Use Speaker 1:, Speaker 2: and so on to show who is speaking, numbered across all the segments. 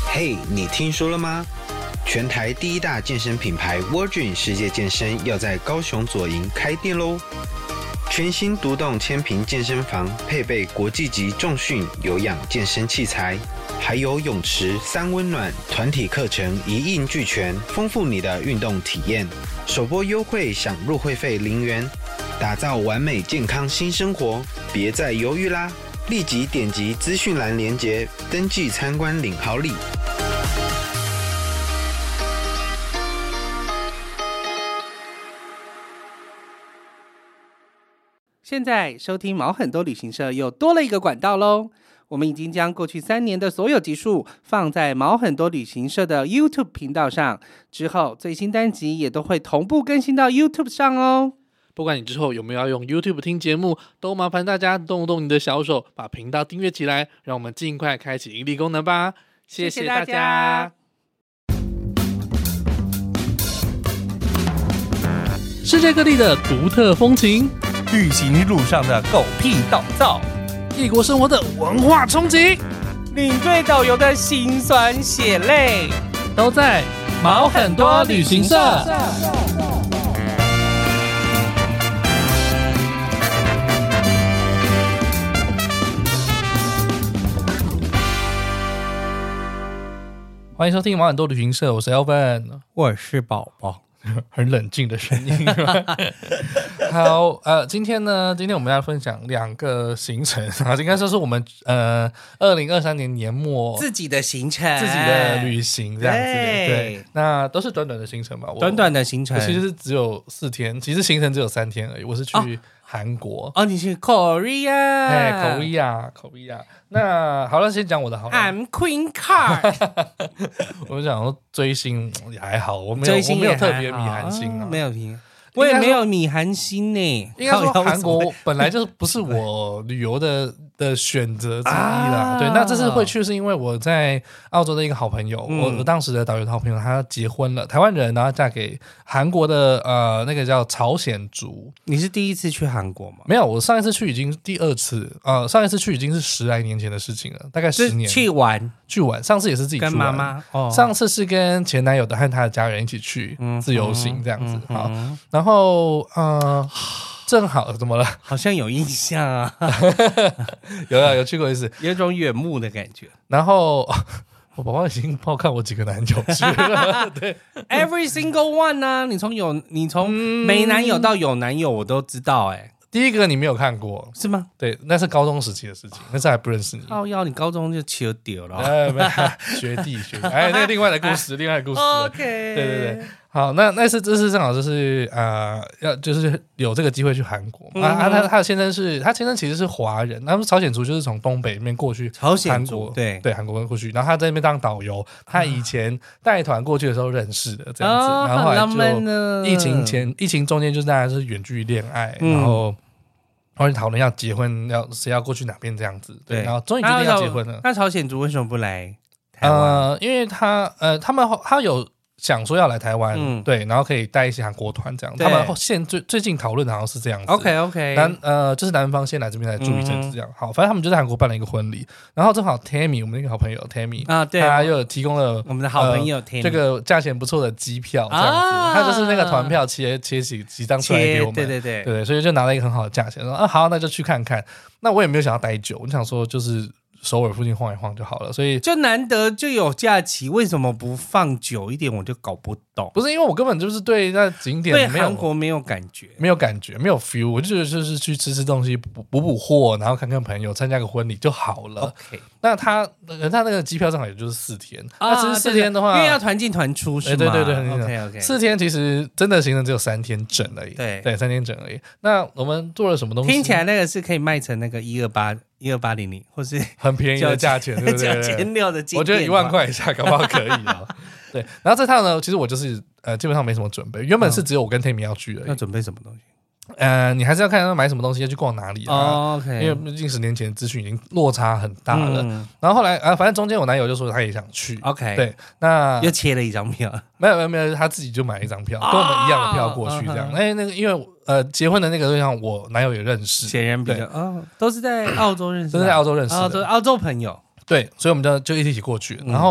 Speaker 1: 嘿，你听说了吗？全台第一大健身品牌 Virgin 世界健身要在高雄左营开店喽！全新独栋千坪健身房，配备国际级重训有氧健身器材，还有泳池、3温暖、团体课程一应俱全，丰富你的运动体验。首波优惠享入会费0元，打造完美健康新生活，别再犹豫啦！立即点击资讯栏连结，登记参观领好礼。
Speaker 2: 现在收听毛很多旅行社又多了一个管道咯，我们已经将过去3年的所有集数放在毛很多旅行社的 YouTube 频道上，之后最新单集也都会同步更新到 YouTube 上哦。
Speaker 3: 不管你之后有没有要用 YouTube 听节目，都麻烦大家动动你的小手，把频道订阅起来，让我们尽快开启盈利功能吧。谢谢大家。世界各地的独特风情，
Speaker 4: 旅行路上的狗屁倒灶，
Speaker 3: 异国生活的文化冲击，
Speaker 2: 领队导游的辛酸血泪，
Speaker 3: 都在毛很多旅行社。欢迎收听毛很多旅行社，我是 Elvin，
Speaker 2: 我是宝宝。
Speaker 3: 很冷静的声音。好，今天我们要分享2个行程啊，应该说是我们2023年年末
Speaker 2: 自己的行程、
Speaker 3: 自己的旅行这样子。对，那都是短短的行程吧？
Speaker 2: 短短的行程，
Speaker 3: 其实只有4天，其实行程只有3天而已。我是去韩国
Speaker 2: 哦，你去 Korea，Korea。
Speaker 3: 那好了，先讲我的好了。
Speaker 2: I'm Queen Card。
Speaker 3: 我想说追星也还好，我没有特别米韩星啊，
Speaker 2: 没有米，我也没有米韩星呢。
Speaker 3: 应该说韩国本来就不是我旅游的选择之一啦。对，那这次会去是因为我在澳洲的一个好朋友，我当时的导游的好朋友，他结婚了，台湾人，然后嫁给韩国的那个叫朝鲜族。
Speaker 2: 你是第一次去韩国吗？
Speaker 3: 没有，我上一次去已经第2次，上一次去已经是10来年前的事情了，大概10年。
Speaker 2: 去玩，
Speaker 3: 上次也是自己去玩，
Speaker 2: 跟妈妈。
Speaker 3: 上次是跟前男友的和他的家人一起去自由行这样子。好，然后正好怎么了？
Speaker 2: 好像有印象啊。
Speaker 3: 有去过一次，
Speaker 2: 有一种远目的感觉。
Speaker 3: 然后我宝宝已经报看我几个男友去了。对
Speaker 2: ，every single one 啊，你从没男友到有男友我都知道。
Speaker 3: 第一个你没有看过
Speaker 2: 是吗？
Speaker 3: 对，那是高中时期的事情，那时候还不认识你。
Speaker 2: 你高中就切掉了。
Speaker 3: 学弟，那个另外的故事。
Speaker 2: OK，
Speaker 3: 对。好，这次正好就是就是有这个机会去韩国。他的先生其实是华人，他们朝鲜族，就是从东北那边过去韩国，对韩国过去，然后他在那边当导游，他以前带团过去的时候认识的这样子，然后后来就疫情中间就是大家是远距离恋爱，然后讨论要结婚，谁要过去哪边这样子，对，然后终于决定要结婚了。
Speaker 2: 那朝鲜族为什么不来台湾？
Speaker 3: 因为他有想说要来台湾，对，然后可以带一些韩国团这样。他们最近讨论好像是这样子。
Speaker 2: OK，
Speaker 3: 就是男方先来这边来住一阵子这样。好，反正他们就在韩国办了一个婚礼，然后正好 Tammy 我们那个好朋友 Tammy
Speaker 2: 对，
Speaker 3: 他又提供了
Speaker 2: 我们的好朋友 Tammy
Speaker 3: 这个价钱不错的机票这样子，他就是那个团票切几张出来给我们，对，所以就拿了一个很好的价钱，说好，那就去看看。那我也没有想要待久，我想说就是首尔附近晃一晃就好了，所以
Speaker 2: 就难得就有假期，为什么不放久一点？我就搞不懂。
Speaker 3: 不是因为我根本就是对那景点
Speaker 2: 对韩国没有感觉，
Speaker 3: 没有 feel， 我就觉得就是去吃东西，补货，然后看看朋友，参加个婚礼就好了。
Speaker 2: OK，
Speaker 3: 那他那个机票正好也就是4天，那其实4天的话，
Speaker 2: 因为要团进团出是吗？
Speaker 3: 对
Speaker 2: ，OK，
Speaker 3: 4天其实真的行程只有3天整而已，对，3天整而已。那我们做了什么东西？
Speaker 2: 听起来那个是可以卖成那个12800，或是
Speaker 3: 很便宜的价钱，对不对
Speaker 2: ？9600的，
Speaker 3: 我觉得1万块以下搞不好可以了。对，然后这趟呢，其实我就是基本上没什么准备，原本是只有我跟 Tammy 要去的。
Speaker 2: 要准备什么东西？
Speaker 3: 你还是要看要买什么东西，要去逛哪里啊
Speaker 2: ？OK，
Speaker 3: 因为毕竟10年前的资讯已经落差很大了。然后后来反正中间我男友就说他也想去
Speaker 2: ，OK，
Speaker 3: 对，那
Speaker 2: 又切了一张票，
Speaker 3: 没有，他自己就买了一张票，跟我们一样的票过去这样。那个因为结婚的那个对象我男友也认识，
Speaker 2: 显然比较都是在澳洲认识，
Speaker 3: 都是在澳洲认识的，
Speaker 2: 澳洲朋友。
Speaker 3: 对，所以我们就一起过去。然后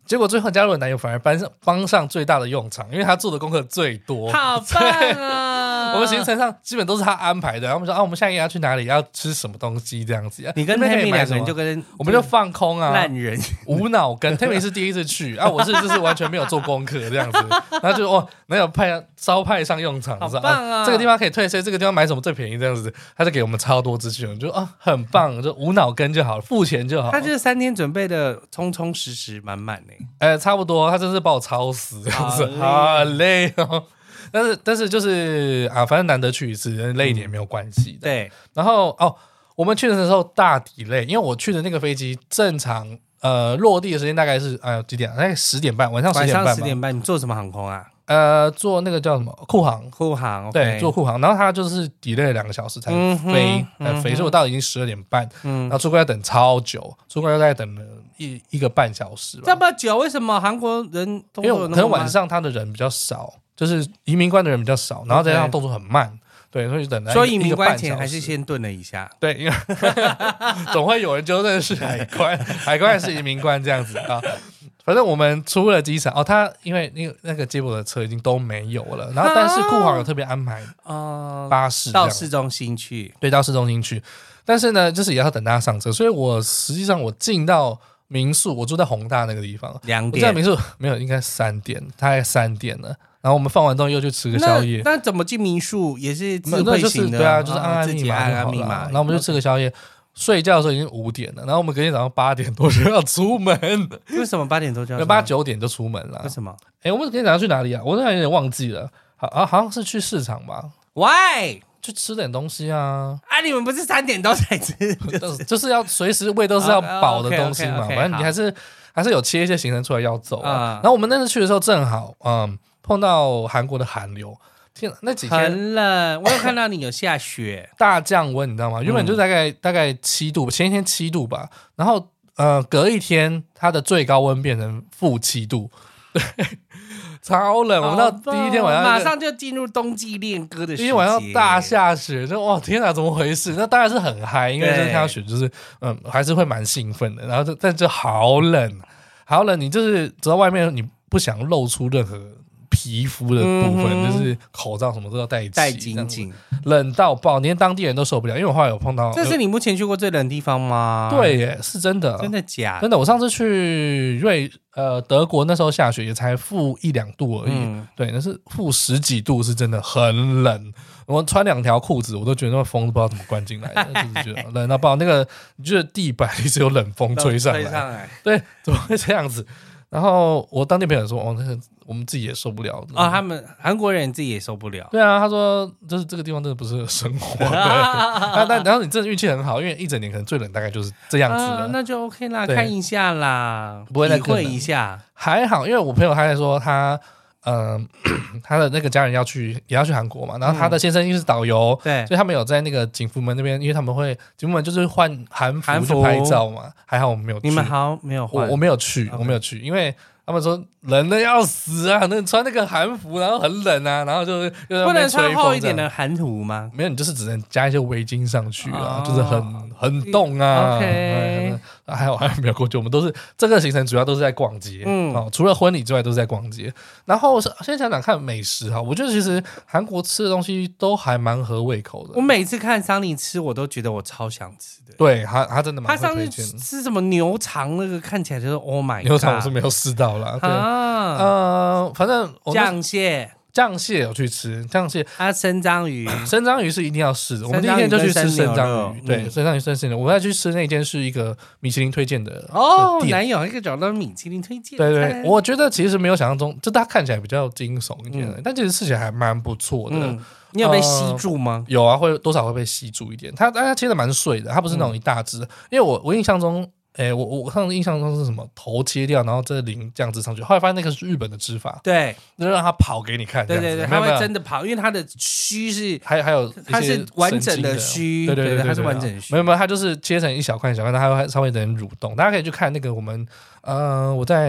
Speaker 3: 结果最后加入的男友反而帮上最大的用场，因为他做的功课最多，
Speaker 2: 好棒啊！
Speaker 3: 我们行程上基本都是他安排的，然后我们说我们下一个要去哪里，要吃什么东西这样子。
Speaker 2: 你跟 Tammy 两个人就跟
Speaker 3: 我们就放空啊，
Speaker 2: 烂人
Speaker 3: 无脑跟 Tammy 是第一次去我是就是完全没有做功课这样子，然后就男友招派上用场，
Speaker 2: 好棒啊！
Speaker 3: 这个地方可以退税，这个地方买什么最便宜这样子，他就给我们超多资讯，就很棒，就无脑跟就好了，付钱就好。
Speaker 2: 他就是3天准备的充充实实满满
Speaker 3: 差不多，他真是把我超死这样子，好累哦。但是就是反正难得去一次，累一点没有关系。
Speaker 2: 对，
Speaker 3: 然后我们去的时候大delay，因为我去的那个飞机正常落地的时间大概是几点？大概10点半，晚上10点半。
Speaker 2: 晚上10点半，你坐什么航空啊？
Speaker 3: 坐那个叫什么酷航，对，坐酷航。然后他就是 delay 2个小时才飞，所以我到已经12点半，然后出关要等超久，出关要大概等了一个半小时吧。
Speaker 2: 这么久？为什么韩国人动作
Speaker 3: 因为可能晚上他的人比较少，就是移民官的人比较少，然后再加上动作很慢。对，所以等了
Speaker 2: 所以移民关前还是先顿了一下。
Speaker 3: 对，因为总会有人就认识海关，海关还是移民官这样子啊。反正我们出了机场他因为那个接驳的车已经都没有了，然后但是酷航有特别安排巴士
Speaker 2: 到市中心去，
Speaker 3: 对，到市中心去。但是呢，就是也要等大家上车，所以我实际上我进到民宿，我住在弘大那个地方
Speaker 2: 2点，
Speaker 3: 我在民宿没有，应该3点，大概3点了。然后我们放完之后又去吃个宵夜。
Speaker 2: 那怎么进民宿也是智慧型的？
Speaker 3: 对啊，就是按
Speaker 2: 自己按密码。
Speaker 3: 然后我们就吃个宵夜，睡觉的时候已经5点了。然后我们隔天早上8点多就要出门。
Speaker 2: 为什么8点多就要出
Speaker 3: 门？8、9点就出门了。
Speaker 2: 为什么？
Speaker 3: 我们隔天早上去哪里啊？我有点忘记了。好像是去市场吧。
Speaker 2: Why？
Speaker 3: 去吃点东西啊！
Speaker 2: 你们不是3点多才吃？
Speaker 3: 就是要随时胃都是要饱的东西嘛。反正你还是有切一些行程出来要走然后我们那次去的时候正好碰到韩国的寒流，天，那几天
Speaker 2: 很冷。我有看到你有下雪，
Speaker 3: 大降温，你知道吗？原本就大概7度，前一天7度吧，然后隔一天它的最高温变成-7度，对，超冷。我们到第一天晚上
Speaker 2: 马上就进入冬季恋歌的时间，
Speaker 3: 第一天晚上大下雪，就哇天哪，怎么回事？那当然是很嗨，因为就是看到雪，就是还是会蛮兴奋的。然后但就好冷，好冷，你就是走到外面，你不想露出任何皮肤的部分，就是口罩什么都要戴
Speaker 2: 紧紧，
Speaker 3: 冷到爆，连当地人都受不了。因为我后来有碰到，
Speaker 2: 这是你目前去过最冷的地方吗？
Speaker 3: 对耶，是真的，
Speaker 2: 真的假的？
Speaker 3: 真的。我上次去德国那时候下雪也才-1、2度而已，对，那是-10几度，是真的很冷。我穿2条裤子，我都觉得那风不知道怎么灌进来的，就是觉得冷到爆。那个你觉得地板一直有冷风吹上来，对，怎么会这样子？然后我当地朋友说，那个我们自己也受不了
Speaker 2: 他们韩国人自己也受不了。
Speaker 3: 对啊，他说就是这个地方真的不适合生活。然后你真的运气很好，因为一整年可能最冷大概就是这样子了，
Speaker 2: 那就 OK 啦，看一下啦，
Speaker 3: 不会再
Speaker 2: 体会一下。
Speaker 3: 还好，因为我朋友他在说他的那个家人也要去韩国嘛，然后他的先生因为是导游，
Speaker 2: 对，
Speaker 3: 所以他们有在那个景福门那边，因为他们会景福门就是换韩服去拍照嘛。还好我们没有去，
Speaker 2: 你们好没有换，
Speaker 3: 我没有去，我没有去，因为他们说冷的要死啊，那穿那个韩服然后很冷啊，然后就是
Speaker 2: 不能穿厚一点的韩服吗？
Speaker 3: 没有，你就是只能加一些围巾上去啊，就是很冻啊。
Speaker 2: OK，
Speaker 3: 还好没有过去，我们都是这个行程主要都是在逛街，除了婚礼之外都是在逛街。然后先想想看美食哈，我觉得其实韩国吃的东西都还蛮合胃口的。
Speaker 2: 我每次看桑尼吃，我都觉得我超想吃的。
Speaker 3: 对，他真的蛮
Speaker 2: 会推荐的。他上次吃什么牛肠，那个看起来就是 Oh my God，
Speaker 3: 牛肠我是没有试到啦。反正酱蟹有去吃，酱蟹
Speaker 2: 生章鱼
Speaker 3: 是一定要试的。我们第一天就去吃生章鱼，对，生章鱼生牛。我再去吃那间是一个米其林推荐的店，
Speaker 2: 南有一个找到米其林推荐。
Speaker 3: 对，我觉得其实没有想象中，就它看起来比较惊悚一点，但其实吃起来还蛮不错的。
Speaker 2: 你有被吸住吗？
Speaker 3: 有啊，会多少会被吸住一点。它切的蛮碎的，它不是那种一大只。因为我印象中。我上次印象中是什么头切掉，然后再淋酱汁上去，后来发现那个是日本的吃法，
Speaker 2: 对，
Speaker 3: 就让它跑给你看，
Speaker 2: 对，它会真的跑，因为它的须是
Speaker 3: 还有
Speaker 2: 它是完整的须，对，它是完整的须，
Speaker 3: 没有，它就是切成一小块一小块，它会稍微有点蠕动，大家可以去看那个我们我在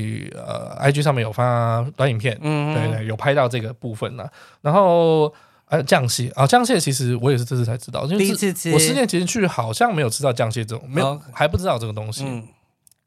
Speaker 3: IG 上面有发短影片，对，有拍到这个部分啦，然后。酱蟹酱蟹其实我也是这次才知道，
Speaker 2: 第一次吃。
Speaker 3: 我10年前去好像没有吃到酱蟹这种，没有还不知道这个东西。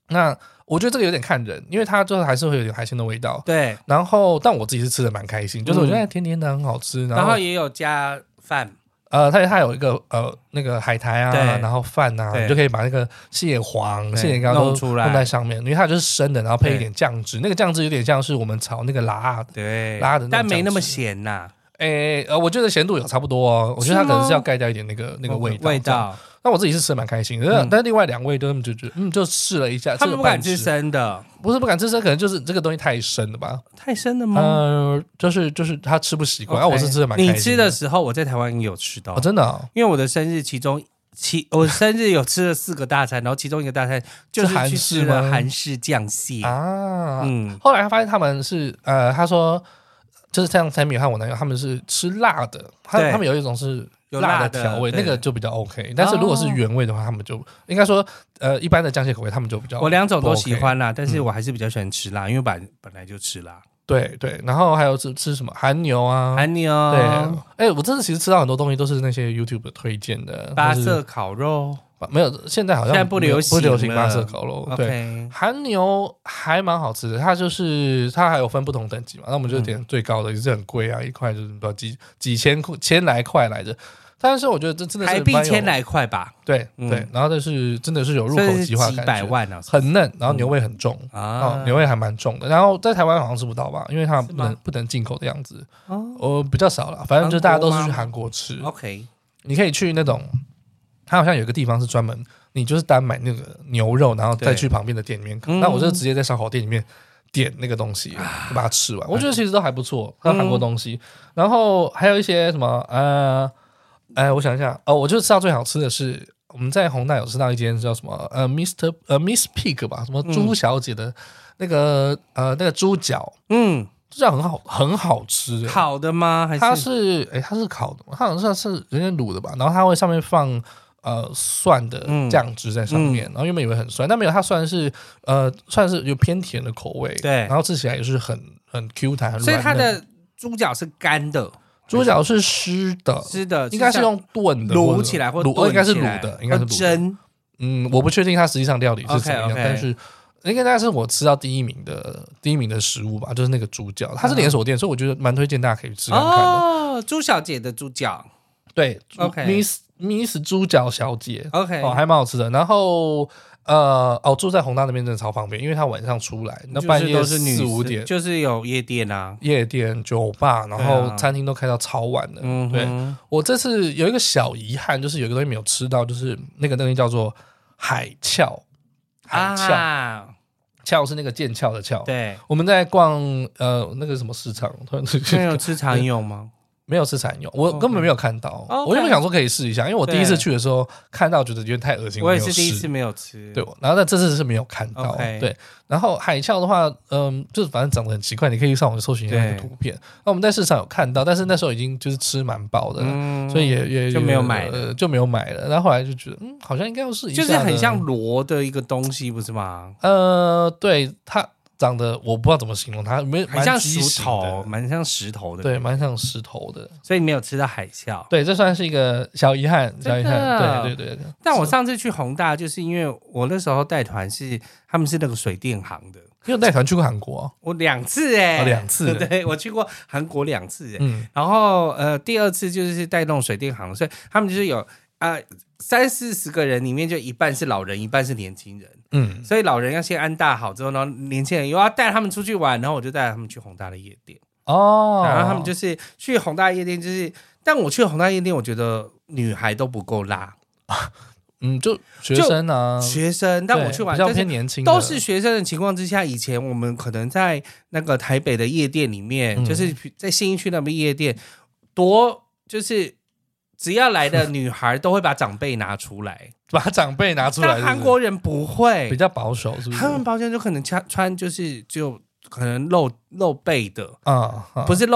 Speaker 3: 那我觉得这个有点看人，因为它就是还是会有点海鲜的味道。
Speaker 2: 对，
Speaker 3: 然后但我自己是吃的蛮开心，就是我觉得甜甜的很好吃，
Speaker 2: 然后也有加饭。
Speaker 3: 它有一个那个海苔啊，然后饭啊，你就可以把那个蟹黄、蟹年糕都弄在上面，因为它就是生的，然后配一点酱汁，那个酱汁有点像是我们炒那个辣的，
Speaker 2: 对，
Speaker 3: 辣的那种，
Speaker 2: 但没那么咸呐。
Speaker 3: 我觉得咸度有差不多哦，我觉得它可能是要盖掉一点那个味道。那我自己是吃的蛮开心的，但是另外2位都就觉得就试了一下，
Speaker 2: 他们不敢吃生的，
Speaker 3: 不是不敢吃生，可能就是这个东西太生了吧？
Speaker 2: 太生了吗？
Speaker 3: 就是他吃不习惯，我是吃的蛮开心的。
Speaker 2: 你吃的时候，我在台湾也有吃到，
Speaker 3: 真的，
Speaker 2: 因为我的生日我生日有吃了4个大餐，然后其中一个大餐就是去吃了韩式酱蟹
Speaker 3: 啊。后来他发现他们是他说就是像Sammy和我男友他们是吃辣的，他们有一种是辣的调味，那个就比较 OK。但是如果是原味的话，他们就应该说一般的酱蟹口味他们就比较，
Speaker 2: 我2种都喜欢啦，但是我还是比较喜欢吃辣，因为本来就吃辣。
Speaker 3: 对对，然后还有吃什么韩牛啊？
Speaker 2: 韩牛，
Speaker 3: 对，我真的其实吃到很多东西都是那些 YouTube 推荐的，
Speaker 2: 巴色烤肉
Speaker 3: 没有，现在好像
Speaker 2: 不流行
Speaker 3: 巴色烤肉。对，韩牛还蛮好吃的，它还有分不同等级嘛，那我们就点最高的，也是很贵啊，1块就是不知道几千来块来着。但是我觉得这真的是
Speaker 2: 台币1000来块吧，
Speaker 3: 对对，然后这是真的是有入口即化的感觉，
Speaker 2: 几百万啊，
Speaker 3: 很嫩，然后牛味很重牛味还蛮重的。然后在台湾好像吃不到吧，因为它不能进口的样子，比较少了。反正就大家都是去韩国吃。
Speaker 2: OK，
Speaker 3: 你可以去那种，它好像有一个地方是专门，你就是单买那个牛肉，然后再去旁边的店里面啃。那我就直接在烧烤店里面点那个东西，就把它吃完。我觉得其实都还不错，韩国东西。然后还有一些什么我想一下我就知道最好吃的是我们在弘大有吃到一间叫什么Miss Pig 吧，什么猪小姐的那个猪脚，猪脚很好吃，
Speaker 2: 烤的吗？还是
Speaker 3: 它是烤的吗？它好像是人家卤的吧，然后它会上面放蒜的酱汁在上面，然后原本以为很酸，但没有，它算是有偏甜的口味，
Speaker 2: 对，
Speaker 3: 然后吃起来也是很 Q 弹，很软嫩。
Speaker 2: 所以它的猪脚是干的。
Speaker 3: 猪脚是湿的，应该是用炖的，
Speaker 2: 卤起来或炖起来，
Speaker 3: 应该是卤的，应该是
Speaker 2: 蒸。
Speaker 3: 我不确定它实际上料理是怎么样，但是应该是我吃到第一名的食物吧，就是那个猪脚，它是连锁店，所以我觉得蛮推荐大家可以吃看看的。
Speaker 2: 朱小姐的猪脚，
Speaker 3: 对 ，Miss 猪脚小姐
Speaker 2: ，OK，
Speaker 3: 还蛮好吃的。然后住在弘大那边真的超方便，因为他晚上出来，那半夜4、5点，
Speaker 2: 就是有夜店啊，
Speaker 3: 夜店、酒吧，然后餐厅都开到超晚的。对，我这次有一个小遗憾，就是有一个东西没有吃到，就是那个东西叫做海鞘，鞘是那个剑鞘的鞘。
Speaker 2: 对，
Speaker 3: 我们在逛那个什么市场，
Speaker 2: 没有吃蚕蛹吗？
Speaker 3: 没有吃蚕蛹，我根本没有看到。我原本想说可以试一下，因为我第一次去的时候看到，觉得有点太恶心。
Speaker 2: 我也是第一次没有吃。
Speaker 3: 对，然后这次是没有看到。对，然后海鞘的话，就是反正长得很奇怪，你可以上网搜寻一下那个图片。那我们在市场有看到，但是那时候已经就是吃蛮饱的，所以也
Speaker 2: 就没有买了，
Speaker 3: 然后后来就觉得，好像应该要试一下，
Speaker 2: 就是很像螺的一个东西，不是吗？
Speaker 3: 对，它长得我不知道怎么形容它，
Speaker 2: 蛮像石头，蛮像石头的，
Speaker 3: 对，蛮像石头的，
Speaker 2: 所以你没有吃到海鞘，
Speaker 3: 对，这算是一个小遗憾，对。
Speaker 2: 但我上次去弘大，就是因为我那时候带团他们是那个水电行的，
Speaker 3: 你有带团去过韩国？
Speaker 2: 我2次
Speaker 3: 2次，
Speaker 2: 对，我去过韩国2次然后第2次就是带动水电行，所以他们就是有30-40个人里面就一半是老人，一半是年轻人。所以老人要先安大好之后，然后年轻人又要带他们出去玩，然后我就带他们去弘大的夜店。然后他们就是去弘大夜店，但我去弘大夜店，我觉得女孩都不够辣。
Speaker 3: 就学生啊，
Speaker 2: 但我去玩
Speaker 3: 比较偏年轻的，
Speaker 2: 都是学生的情况之下，以前我们可能在那个台北的夜店里面，就是在信义区那边夜店，就是只要来的女孩都会把长辈拿出来，
Speaker 3: 把长辈拿出来。
Speaker 2: 但韩国人不会，
Speaker 3: 比较保守，是不是？
Speaker 2: 他们保守就可能穿就是就可能露背的，
Speaker 3: 不
Speaker 2: 是露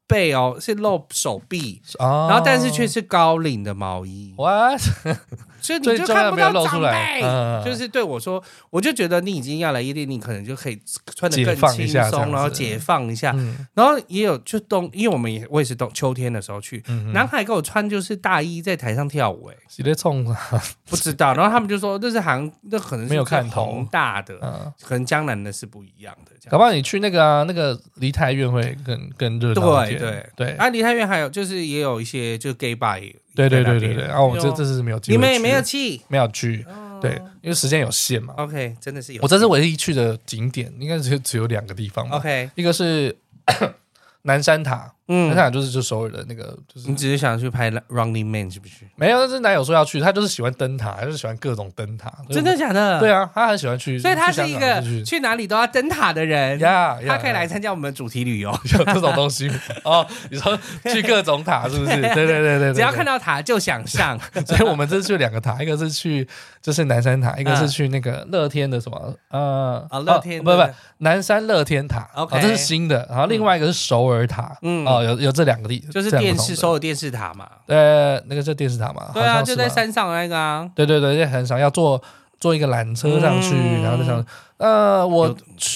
Speaker 2: 背哦，是露手臂，然后但是却是高领的毛衣。
Speaker 3: What？
Speaker 2: 所以你就看不到长
Speaker 3: 背，
Speaker 2: 就是对我说，我就觉得你已经要来夜店，你可能就可以穿得更轻松，然后解放一下。然后也有就因为我也是秋天的时候去，男孩给我穿就是大衣在台上跳舞，
Speaker 3: 你在冲
Speaker 2: 不知道。然后他们就说那可能是
Speaker 3: 没有看头
Speaker 2: 宏大的，可能江南的是不一样的。
Speaker 3: 搞不好你去那个梨泰院会更热闹一点。
Speaker 2: 对。梨泰院还有就是也有一些就 gay bar 也。
Speaker 3: 对。我这次是没有机会去，
Speaker 2: 你们也没有去，
Speaker 3: 没有去。对，因为时间有限嘛。
Speaker 2: OK， 真的是有。
Speaker 3: 我这次唯一去的景点应该只有2个地方吧。
Speaker 2: OK，
Speaker 3: 一个是南山塔，南山塔就是首尔的那个，就是
Speaker 2: 你只是想去拍 Running Man 是不是？
Speaker 3: 没有，那是男友说要去，他就是喜欢灯塔，就是喜欢各种灯塔。
Speaker 2: 真的假的？
Speaker 3: 对啊，他很喜欢去，
Speaker 2: 所以他是一个去哪里都要灯塔的人。他可以来参加我们的主题旅游，
Speaker 3: 有这种东西哦。你说去各种塔是不是？对，
Speaker 2: 只要看到塔就想上。
Speaker 3: 所以我们这次去2个塔，一个是去就是南山塔，一个是去那个乐天的什么
Speaker 2: 乐天
Speaker 3: 不南山乐天塔，这是新的。然后另外一个是首尔塔，有这2个地，
Speaker 2: 就是首尔电视塔嘛。
Speaker 3: 那个是电视塔嘛？
Speaker 2: 对啊，就在山上那个啊。
Speaker 3: 对，在山上要坐一个缆车上去，然后再上。我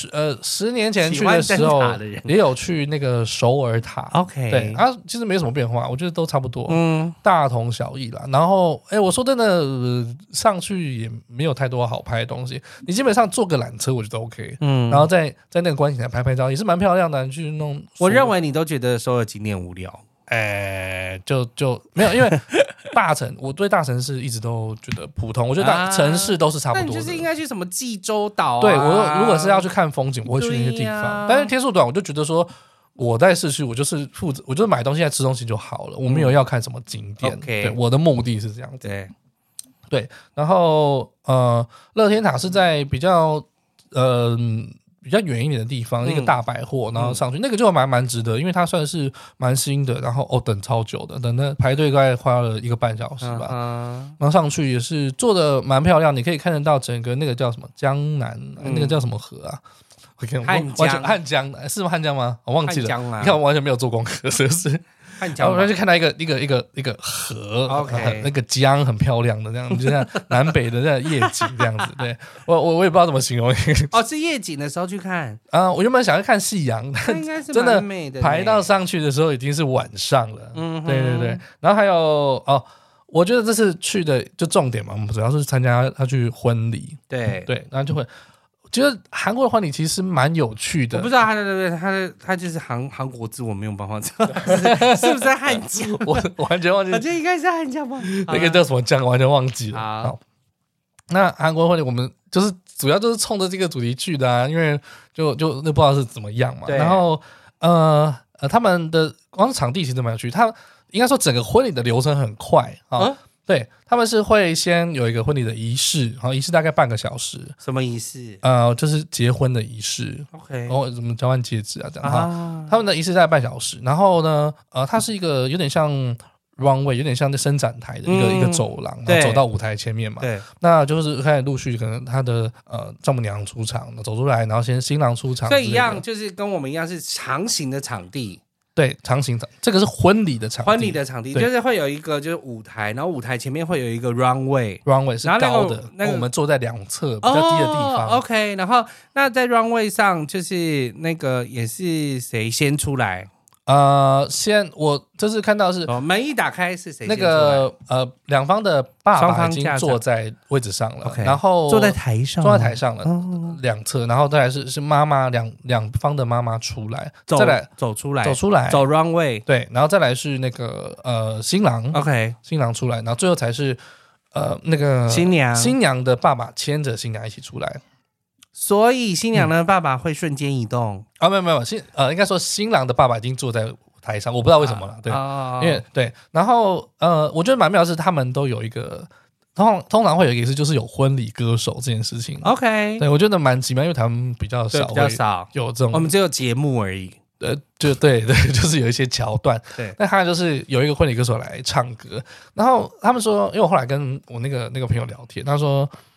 Speaker 3: 10年前去的时候也有去那个首尔塔。
Speaker 2: OK，
Speaker 3: 对其实没什么变化，我觉得都差不多，大同小异啦。然后我说真的，上去也没有太多好拍的东西。你基本上坐个缆车，我觉得 OK。然后在那个观景台拍照也是蛮漂亮的。去弄，
Speaker 2: 我认为你都觉得首尔景点无聊。
Speaker 3: 就没有，因为大城，我对大城市一直都觉得普通，我觉得大城市都是差不多的。
Speaker 2: 那你就是应该去什么济州岛啊？
Speaker 3: 对，我如果是要去看风景，我会去那些地方。但是天数短，我就觉得说我在市区，我就是买东西、在吃东西就好了，我没有要看什么景点。对，我的目的是这样子。对，然后乐天塔是在比较远一点的地方，一个大百货，然后上去那个就蛮值得，因为它算是蛮新的，然后等超久的，等那排队大概花了1个半小时吧。然后上去也是做的蛮漂亮，你可以看得到整个那个叫什么江南，那个叫什么河啊？汉江是吗？汉江吗？我忘记了。你看我完全没有做功课，是不是？然后就看到一个河
Speaker 2: ，OK，
Speaker 3: 那个江很漂亮的这样，就像南北的这样夜景这样子。对，我也不知道怎么形容。
Speaker 2: 是夜景的时候去看
Speaker 3: 我原本想要看夕阳，但
Speaker 2: 应该是
Speaker 3: 真的
Speaker 2: 美的。
Speaker 3: 排到上去的时候已经是晚上了。对。然后还有我觉得这次去的就重点嘛，我们主要是参加他去婚礼。对，然后就会。觉得韩国的婚礼其实蛮有趣的。
Speaker 2: 我不知道他就是韩国字，我没有办法知道是不是汉江。
Speaker 3: 我完全忘记，
Speaker 2: 我觉得应该是汉江吧。
Speaker 3: 那个叫什么江，完全忘记了。好，那韩国婚礼我们就是主要就是冲着这个主题去的啊，因为就那不知道是怎么样嘛。然后他们的光是场地其实蛮有趣，他应该说整个婚礼的流程很快啊。对，他们是会先有一个婚礼的仪式，然后仪式大概半个小时。
Speaker 2: 什么仪式？
Speaker 3: 就是结婚的仪式。
Speaker 2: OK，
Speaker 3: 然后怎么交换戒指啊这样。他们的仪式大概半小时，然后呢，它是一个有点像 runway， 有点像伸展台的一个走廊，然后走到舞台前面嘛。对，那就是开始陆续可能他的丈母娘出场，走出来，然后先新郎出场。
Speaker 2: 所以一样，就是跟我们一样是长形的场地。
Speaker 3: 对，长形场，这个是婚礼的场地。
Speaker 2: 婚礼的场地就是会有一个就是舞台，然后舞台前面会有一个 runway
Speaker 3: 是高的，我们坐在2侧比较低的地方。
Speaker 2: OK， 然后那在 runway 上就是那个也是谁先出来？
Speaker 3: 我这次看到是
Speaker 2: 门一打开是谁？
Speaker 3: 那个两方的爸爸已经坐在位置上了，然后
Speaker 2: 坐在台上
Speaker 3: 了2侧，然后再来是妈妈两方的妈妈出来，再来
Speaker 2: 走出来
Speaker 3: 走
Speaker 2: runway，
Speaker 3: 对，然后再来是那个新郎
Speaker 2: ，OK，
Speaker 3: 新郎出来，然后最后才是那个新娘的爸爸牵着新娘一起出来。
Speaker 2: 所以新娘的爸爸会瞬间移动
Speaker 3: 没有应该说新郎的爸爸已经坐在台上，我不知道为什么了。对，因为对，然后我觉得蛮妙的是他们都有一个通常会有一个仪式，就是有婚礼歌手这件事情。
Speaker 2: OK，
Speaker 3: 对，我觉得蛮奇妙，因为他们比较少有这种，
Speaker 2: 我们只有节目而已。
Speaker 3: 就对，就是有一些桥段。对，那他就是有一个婚礼歌手来唱歌，然后他们说，因为我后来跟我那个朋友聊天，他说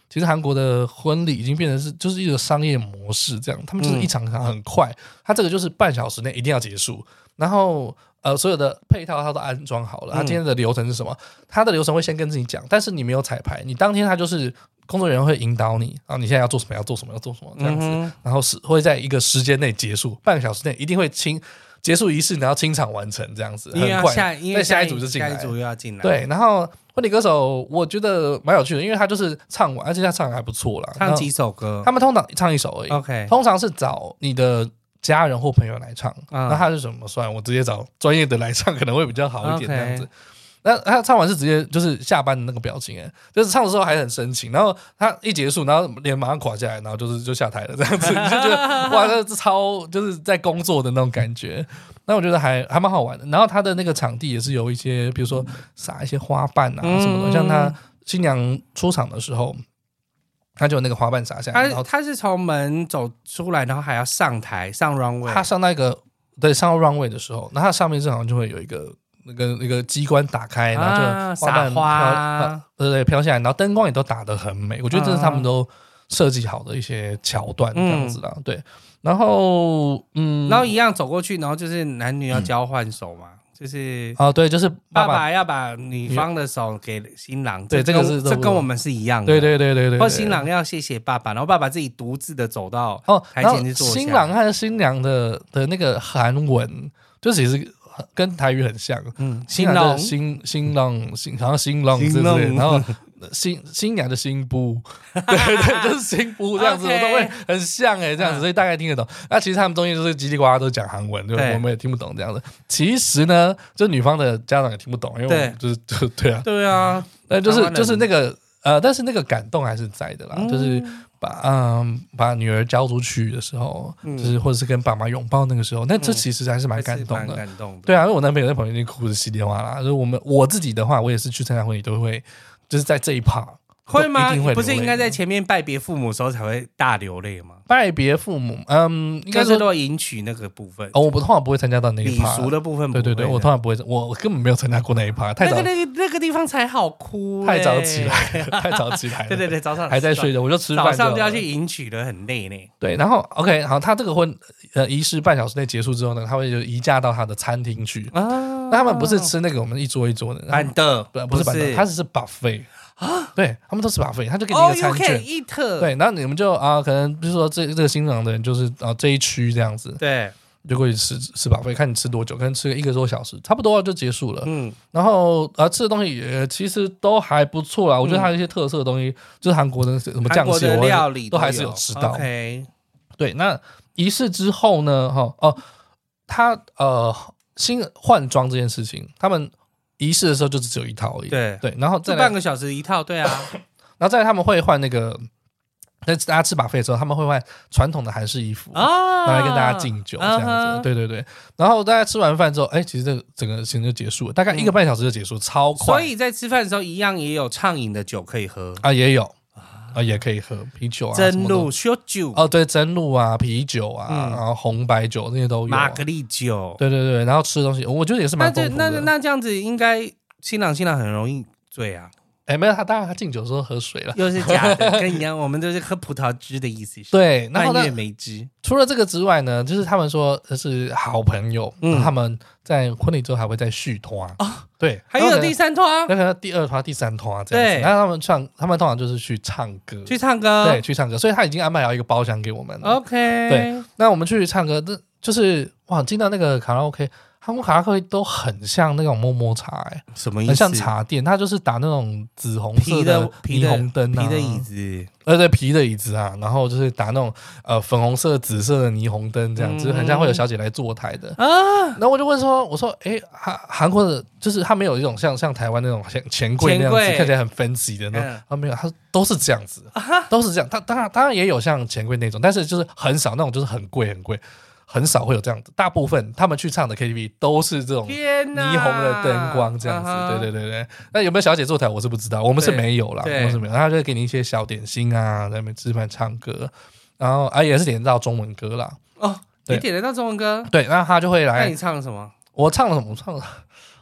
Speaker 3: 其实韩国的婚礼已经变成是就是一个商业模式这样，他们就是一场很快，他这个就是半小时内一定要结束，然后所有的配套他都安装好了，他今天的流程是什么？他的流程会先跟自己讲，但是你没有彩排，你当天他就是工作人员会引导你，然后你现在要做什么，要做什么，要做什么这样子，然后是会在一个时间内结束，半个小时内一定会结束仪式，然后清场完成这样子，很快。因为下一组就进来，
Speaker 2: 下一组又要进来。
Speaker 3: 对，然后婚礼歌手我觉得蛮有趣的，因为他就是唱完，而且他唱的还不错啦。
Speaker 2: 唱几首歌？
Speaker 3: 他们通常唱一首而已。
Speaker 2: OK，
Speaker 3: 通常是找你的家人或朋友来唱。那他是怎么算？我直接找专业的来唱可能会比较好一点这样子。那他唱完是直接就是下班的那个表情，就是唱的时候还很深情，然后他一结束，然后脸马上垮下来，然后就下台了这样子，你就觉得哇，这超就是在工作的那种感觉。那我觉得还蛮好玩的。然后他的那个场地也是有一些，比如说撒一些花瓣啊什么的，像他新娘出场的时候，他就有那个花瓣撒下来。然后
Speaker 2: 他是从门走出来，然后还要上台上 runway。
Speaker 3: 他上那个上到 runway 的时候，那他上面正好就会有一个。那个机关打开，然后就
Speaker 2: 撒花，
Speaker 3: 对飘下来，然后灯光也都打得很美，我觉得这是他们都设计好的一些桥段这样子啦，对。然后
Speaker 2: 然后一样走过去，然后就是男女要交换手嘛，就是
Speaker 3: 对，就是
Speaker 2: 爸爸要把女方的手给新郎，
Speaker 3: 对，这
Speaker 2: 跟我们是一样的，
Speaker 3: 对。
Speaker 2: 或新郎要谢谢爸爸，然后爸爸自己独自的走到台前去坐下。
Speaker 3: 新郎和新娘的那个韩文，就其实。跟台语很像，新郎新郎好像新郎之类，然后新娘的新妇，对，就是新妇这样子，我都会很像这样子，所以大概听得懂。那其实他们中间就是叽里呱啦都讲韩文，对，我们也听不懂这样子。其实呢，就女方的家长也听不懂，因为我们就是对啊，但就是那个但是那个感动还是在的啦，就是把女儿交出去的时候，就是或者是跟爸妈拥抱那个时候，那这其实还是蛮感动的。对啊，因为我男朋友在旁边已经哭得稀里哗啦。就是我自己的话，我也是去参加婚礼都会，就是在这一 part
Speaker 2: 会吗？不是应该在前面拜别父母的时候才会大流泪吗？
Speaker 3: 拜别父母，应该
Speaker 2: 是都迎娶那个部分。
Speaker 3: 我通常不会参加到那一 part
Speaker 2: 礼俗的部分。
Speaker 3: 对，我通常不会，我根本没有参加过那一 part。太早，
Speaker 2: 那个地方才好哭，
Speaker 3: 太早起来，太早起来。
Speaker 2: 对，早上
Speaker 3: 还在睡着，我就吃饭，
Speaker 2: 早上就要去迎娶了，很累呢。
Speaker 3: 对，然后 OK， 好，他这个仪式半小时内结束之后呢，他会就移驾到他的餐厅去。那他们不是吃那个我们一桌一桌的
Speaker 2: 板的，
Speaker 3: 不是板的，他只是 buffet。对，他们都吃 buffet，他就给你一个餐券。对，然后你们就可能比如说这个新郎的人就是这一区这样子，
Speaker 2: 对，
Speaker 3: 就过去吃 buffet，看你吃多久，可能吃1个多小时，差不多就结束了。然后吃的东西也其实都还不错啦，我觉得它有一些特色的东西，就是韩国的什么酱蟹
Speaker 2: 料理
Speaker 3: 都还是有吃到。
Speaker 2: OK，
Speaker 3: 对，那仪式之后呢，他新换装这件事情，他们。仪式的时候就只有一套而已，
Speaker 2: 对，
Speaker 3: 然后再
Speaker 2: 半个小时一套，对啊，
Speaker 3: 然后再来他们会换那个，在大家吃buffet的时候，他们会换传统的韩式衣服拿来跟大家敬酒这样子，对，然后大家吃完饭之后，其实这个整个行程就结束了，大概1个半小时就结束，超快。
Speaker 2: 所以在吃饭的时候一样也有畅饮的酒可以喝
Speaker 3: 也有。也可以喝啤酒
Speaker 2: 蒸露、烧酒
Speaker 3: 对，蒸露啊、啤酒啊，然后红白酒那些都有，
Speaker 2: 玛格丽酒，
Speaker 3: 对，然后吃的东西，我觉得也是蛮丰富的。
Speaker 2: 那这样子，应该新郎很容易醉啊。
Speaker 3: 没有，当然他敬酒的时候喝水了，
Speaker 2: 又是假的，跟你一样，我们都是喝葡萄汁的意思。
Speaker 3: 对，然后
Speaker 2: 蔓越莓汁。
Speaker 3: 除了这个之外呢，就是他们说是好朋友，他们在婚礼之后还会再续团对，
Speaker 2: 还有第3团，
Speaker 3: 可能第2团、第3团这样子。然后他们通常就是去唱歌，
Speaker 2: 对，去唱歌，
Speaker 3: 所以他已经安排好一个包厢给我们了。
Speaker 2: OK，
Speaker 3: 对，那我们去唱歌，就是哇，进到那个卡拉 OK。韩国卡拉 OK 都很像那种摸摸茶
Speaker 2: 什么意思？
Speaker 3: 很像茶店，它就是打那种紫红色的霓虹灯
Speaker 2: 皮的椅子，
Speaker 3: 对，皮的椅子啊，然后就是打那种粉红色、紫色的霓虹灯，这样子，很像会有小姐来坐台的然后我就问说，我说，韩国的，就是他没有一种像台湾那种钱柜那样子，看起来很 fancy 的那种，他没有，他都是这样子，都是这样。他当然也有像钱柜那种，但是就是很少那种，就是很贵。很少会有这样子，大部分他们去唱的 KTV 都是这种霓虹的灯光这样子，对。那有没有小姐坐台我是不知道，我们是没有啦，我们是没有。他就给你一些小点心啊，在那边吃饭唱歌，然后也是点到中文歌啦。
Speaker 2: 你点得到中文歌？
Speaker 3: 对，然后他就会来。
Speaker 2: 那你唱什么？
Speaker 3: 我唱了什么？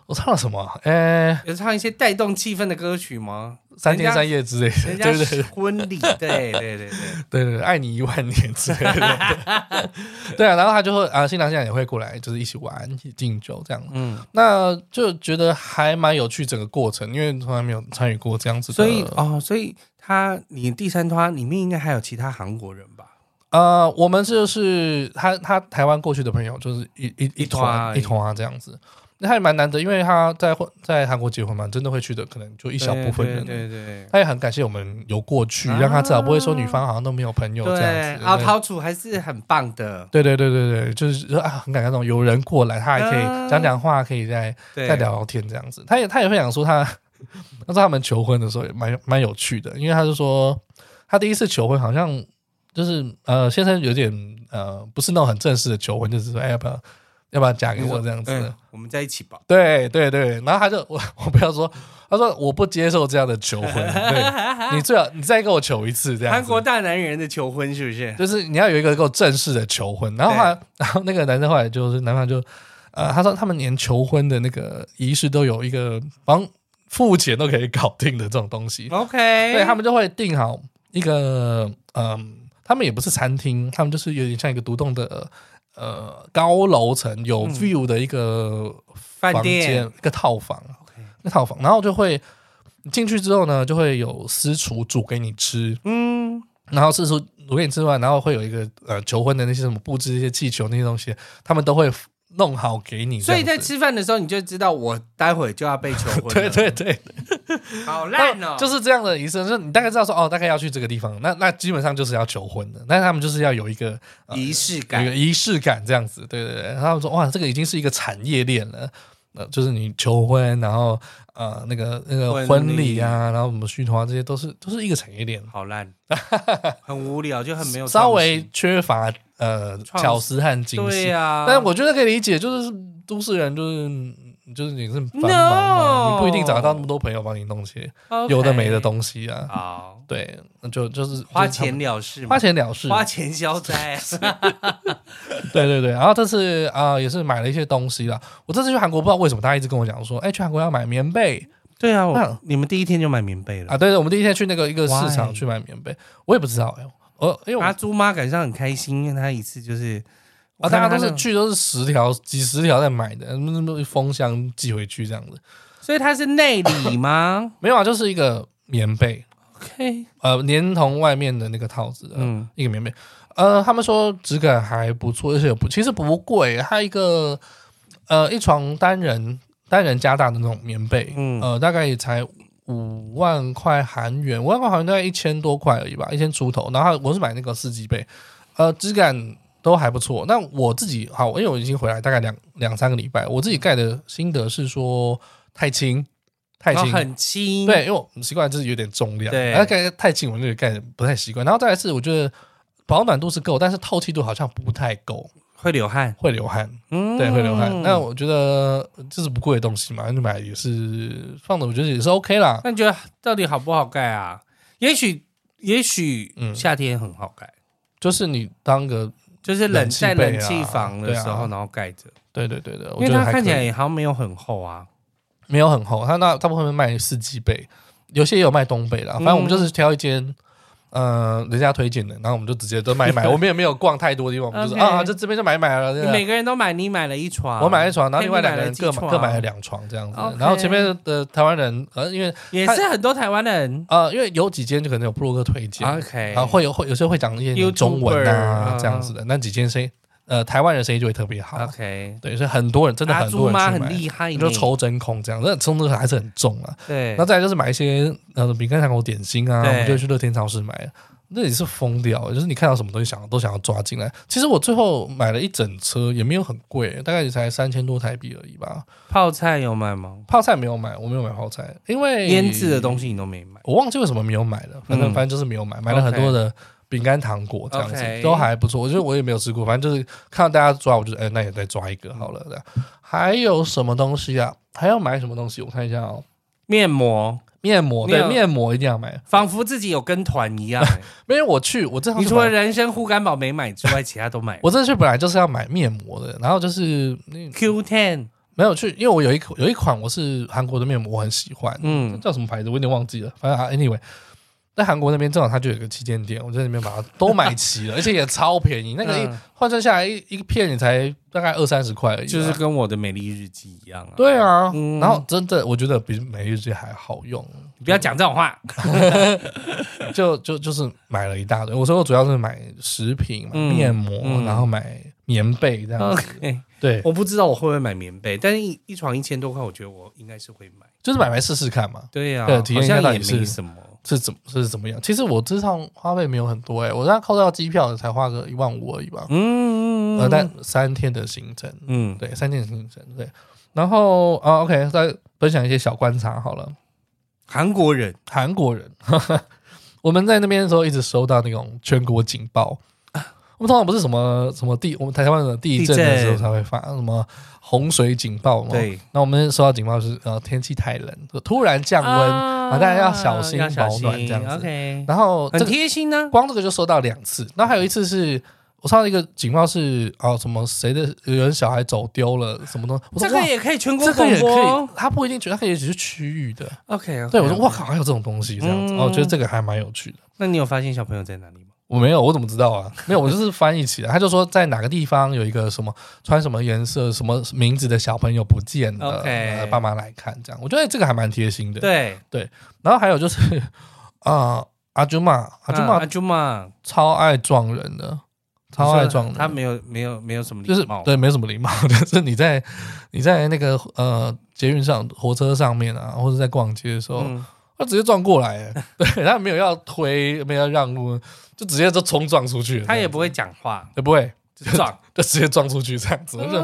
Speaker 3: 我唱了什么？
Speaker 2: 有唱一些带动气氛的歌曲吗
Speaker 3: ？3天3夜之类的，
Speaker 2: 人家婚礼，对，
Speaker 3: 爱你10000年之类的，对啊，然后他就会新郎新娘也会过来，就是一起玩，一起敬酒这样，那就觉得还蛮有趣整个过程，因为从来没有参与过这样子的，
Speaker 2: 所以你第3团里面应该还有其他韩国人吧？
Speaker 3: 我们就是他台湾过去的朋友，就是一团这样子。那还蛮难得，因为他在韩国结婚嘛，真的会去的可能就一小部分人。
Speaker 2: 对，
Speaker 3: 他也很感谢我们有过去，让他至少不会说女方好像都没有朋友这样子。
Speaker 2: 陶楚还是很棒的。
Speaker 3: 对，就是很感动，有人过来，他还可以讲话，可以再聊天这样子。他也分享说他说他们求婚的时候也蛮有趣的，因为他就说他第一次求婚好像就是先生有点不是那种很正式的求婚，就是说要不要嫁给我这样子？
Speaker 2: 我们在一起吧。
Speaker 3: 对，然后他就我不要说，他说我不接受这样的求婚，对你最好你再跟我求一次这样子。
Speaker 2: 韩国大男人的求婚是不是？
Speaker 3: 就是你要有一个够正式的求婚，然后那个男生后来就是男方就他说他们连求婚的那个仪式都有一个帮付钱都可以搞定的这种东西。
Speaker 2: OK，
Speaker 3: 对他们就会订好一个他们也不是餐厅，他们就是有点像一个独栋的。高楼层有 view 的一个房间，一个套房，那套房，然后就会进去之后呢，就会有私厨煮给你吃，然后私厨煮给你吃完，然后会有一个求婚的那些什么布置一些气球那些东西，他们都会弄好给你，
Speaker 2: 所以在吃饭的时候你就知道我待会就要被求婚了。
Speaker 3: 对，
Speaker 2: 好烂哦，
Speaker 3: 就是这样的仪式，就是你大概知道说大概要去这个地方，那基本上就是要求婚的，但是他们就是要有一个
Speaker 2: 仪式感，
Speaker 3: 有一个仪式感这样子，对，然后他们说哇，这个已经是一个产业链了。就是你求婚，然后那个婚礼啊，然后什么续团啊，这些都是一个产业链。
Speaker 2: 好烂，很无聊，就很没有
Speaker 3: 稍微缺乏巧思和精细。
Speaker 2: 对啊，
Speaker 3: 但我觉得可以理解，就是都市人就是你是繁忙嘛，你不一定找得到那么多朋友帮你弄些有的没的东西啊。
Speaker 2: 好，
Speaker 3: 对，就是
Speaker 2: 花钱了事嘛，
Speaker 3: 花钱了事，
Speaker 2: 花钱消灾。
Speaker 3: 对，然后这次也是买了一些东西啦。我这次去韩国不知道为什么大家一直跟我讲说，去韩国要买棉被。
Speaker 2: 对啊，你们第一天就买棉被了
Speaker 3: 啊？对，我们第一天去一个市场去买棉被，我也不知道因为
Speaker 2: 阿朱妈赶上很开心，因为她一次就是
Speaker 3: 大家都是10条几十条在买的，封箱寄回去这样子。
Speaker 2: 所以它是内里吗？
Speaker 3: 没有啊，就是一个棉被。
Speaker 2: OK，
Speaker 3: 连同外面的那个套子的一个棉被。他们说质感还不错，而且其实不贵，它一个一床单人加大的那种棉被，大概也才5万块韩元，5万块韩元大概1000多块而已吧，1000出头。然后我是买那个4季被，质感都还不错。那我自己因为我已经回来大概2-3个礼拜，我自己盖的心得是说太轻。
Speaker 2: 很轻，
Speaker 3: 对，因为我习惯就是有点重量，
Speaker 2: 对，
Speaker 3: 然后盖太轻，我就盖的不太习惯。然后再来是，我觉得保暖度是够，但是透气度好像不太够，
Speaker 2: 会流汗，
Speaker 3: 对，会流汗。那我觉得这是不贵的东西嘛，就买也是放的，我觉得也是 OK 啦。
Speaker 2: 那你觉得到底好不好盖啊？也许夏天很好盖，
Speaker 3: 就是你当个
Speaker 2: 就是在冷气房的时候，然后盖着。
Speaker 3: 对，
Speaker 2: 因为它看起来也好像没有很厚啊。
Speaker 3: 没有很厚，它那大部分卖4季被，有些也有卖东被啦。反正我们就是挑一间人家推荐的，然后我们就直接都买一买。我们也没有逛太多地方，我们就是这边就买了。
Speaker 2: 每个人都买，你买了1床，
Speaker 3: 我买了1床，然后另外2个人各买了2床这样子。然后前面的台湾人因为
Speaker 2: 也是很多台湾人
Speaker 3: 因为有几间就可能有部落客推荐
Speaker 2: ，OK，
Speaker 3: 然后会有时候会讲一些中文啊这样子的，那几间台湾人生意就会特别好
Speaker 2: ，OK，
Speaker 3: 对，所以很多人真的很多人去买，
Speaker 2: 很厉害，
Speaker 3: 就抽真空这样，那冲的还是很重啊。
Speaker 2: 对，
Speaker 3: 然后再来就是买一些饼干、糖果、点心啊，我们就去乐天超市买，那也是疯掉，就是你看到什么东西都想要抓进来。其实我最后买了一整车，也没有很贵，大概也才3000多台币而已吧。
Speaker 2: 泡菜有买吗？
Speaker 3: 泡菜没有买，我没有买泡菜，因为
Speaker 2: 腌制的东西你都没买，
Speaker 3: 我忘记为什么没有买了，反正就是没有买，买了很多的。饼干糖果这样子都还不错，我觉得我也没有吃过，反正就是看到大家抓，我就那也再抓一个好了。还有什么东西啊？还要买什么东西？我看一下
Speaker 2: 面膜，
Speaker 3: 对，面膜一定要买，
Speaker 2: 仿佛自己有跟团一样。
Speaker 3: 因为我这
Speaker 2: 你除了人参护肝宝没买之外，其他都买。
Speaker 3: 我这次去本来就是要买面膜的，然后就是
Speaker 2: Q10
Speaker 3: 没有去，因为我有一款我是韩国的面膜，我很喜欢，叫什么牌子我有点忘记了，反正anyway。在韩国那边正好它就有一个旗舰店，我在那边把它都买齐了，而且也超便宜，那个换算下来一片也才大概20-30块而已，
Speaker 2: 就是跟我的美丽日记一样啊。
Speaker 3: 对啊，然后真的我觉得比美丽日记还好用，
Speaker 2: 你不要讲这种话。
Speaker 3: 就是买了一大堆，我说我主要是买食品、面膜，然后买棉被这样子。
Speaker 2: Okay.
Speaker 3: 对，
Speaker 2: 我不知道我会不会买棉被，但是一床1000多块，我觉得我应该是会买，
Speaker 3: 就是买来试试看嘛。
Speaker 2: 对啊，
Speaker 3: 对，体验一下到底
Speaker 2: 是什么。
Speaker 3: 是怎么样？其实我这趟花费没有很多我那扣掉机票才花个15000而已吧。但3天的行程，对，3天的行程，对。然后OK， 再分享一些小观察好了。
Speaker 2: 韩国人，
Speaker 3: 我们在那边的时候一直收到那种全国警报。我们通常不是什么我们台湾的地震的时候才会发什么洪水警报嘛？
Speaker 2: 对。
Speaker 3: 那我们收到警报是天气太冷，突然降温，大家要小心保暖这样子。
Speaker 2: OK。
Speaker 3: 然后
Speaker 2: 很贴心呢，
Speaker 3: 光这个就收到2次，然后还有一次是我收到一个警报是什么谁的有人小孩走丢了什么东西，
Speaker 2: 这个也可以全国
Speaker 3: 广播，
Speaker 2: 这个也可以，
Speaker 3: 他不一定它可以只是区域的。
Speaker 2: OK。
Speaker 3: 对，我说哇靠，还有这种东西这样子，我觉得这个还蛮有趣的。
Speaker 2: 那你有发现小朋友在哪里吗？
Speaker 3: 我没有，我怎么知道啊？没有，我就是翻译起来。他就说在哪个地方有一个什么穿什么颜色、什么名字的小朋友不见了，爸妈来看这样。我觉得这个还蛮贴心的。
Speaker 2: 对。
Speaker 3: 然后还有就是阿朱玛超爱撞人的，超爱撞人。
Speaker 2: 他没有什么礼貌，
Speaker 3: 对，没什么礼貌。就是你在那个捷运上、火车上面啊，或者在逛街的时候。他直接撞过来，对，他没有要推，没有要让路，就直接就冲撞出去。
Speaker 2: 他也不会讲话，
Speaker 3: 也不会
Speaker 2: 就撞，
Speaker 3: 就直接撞出去这样子。我就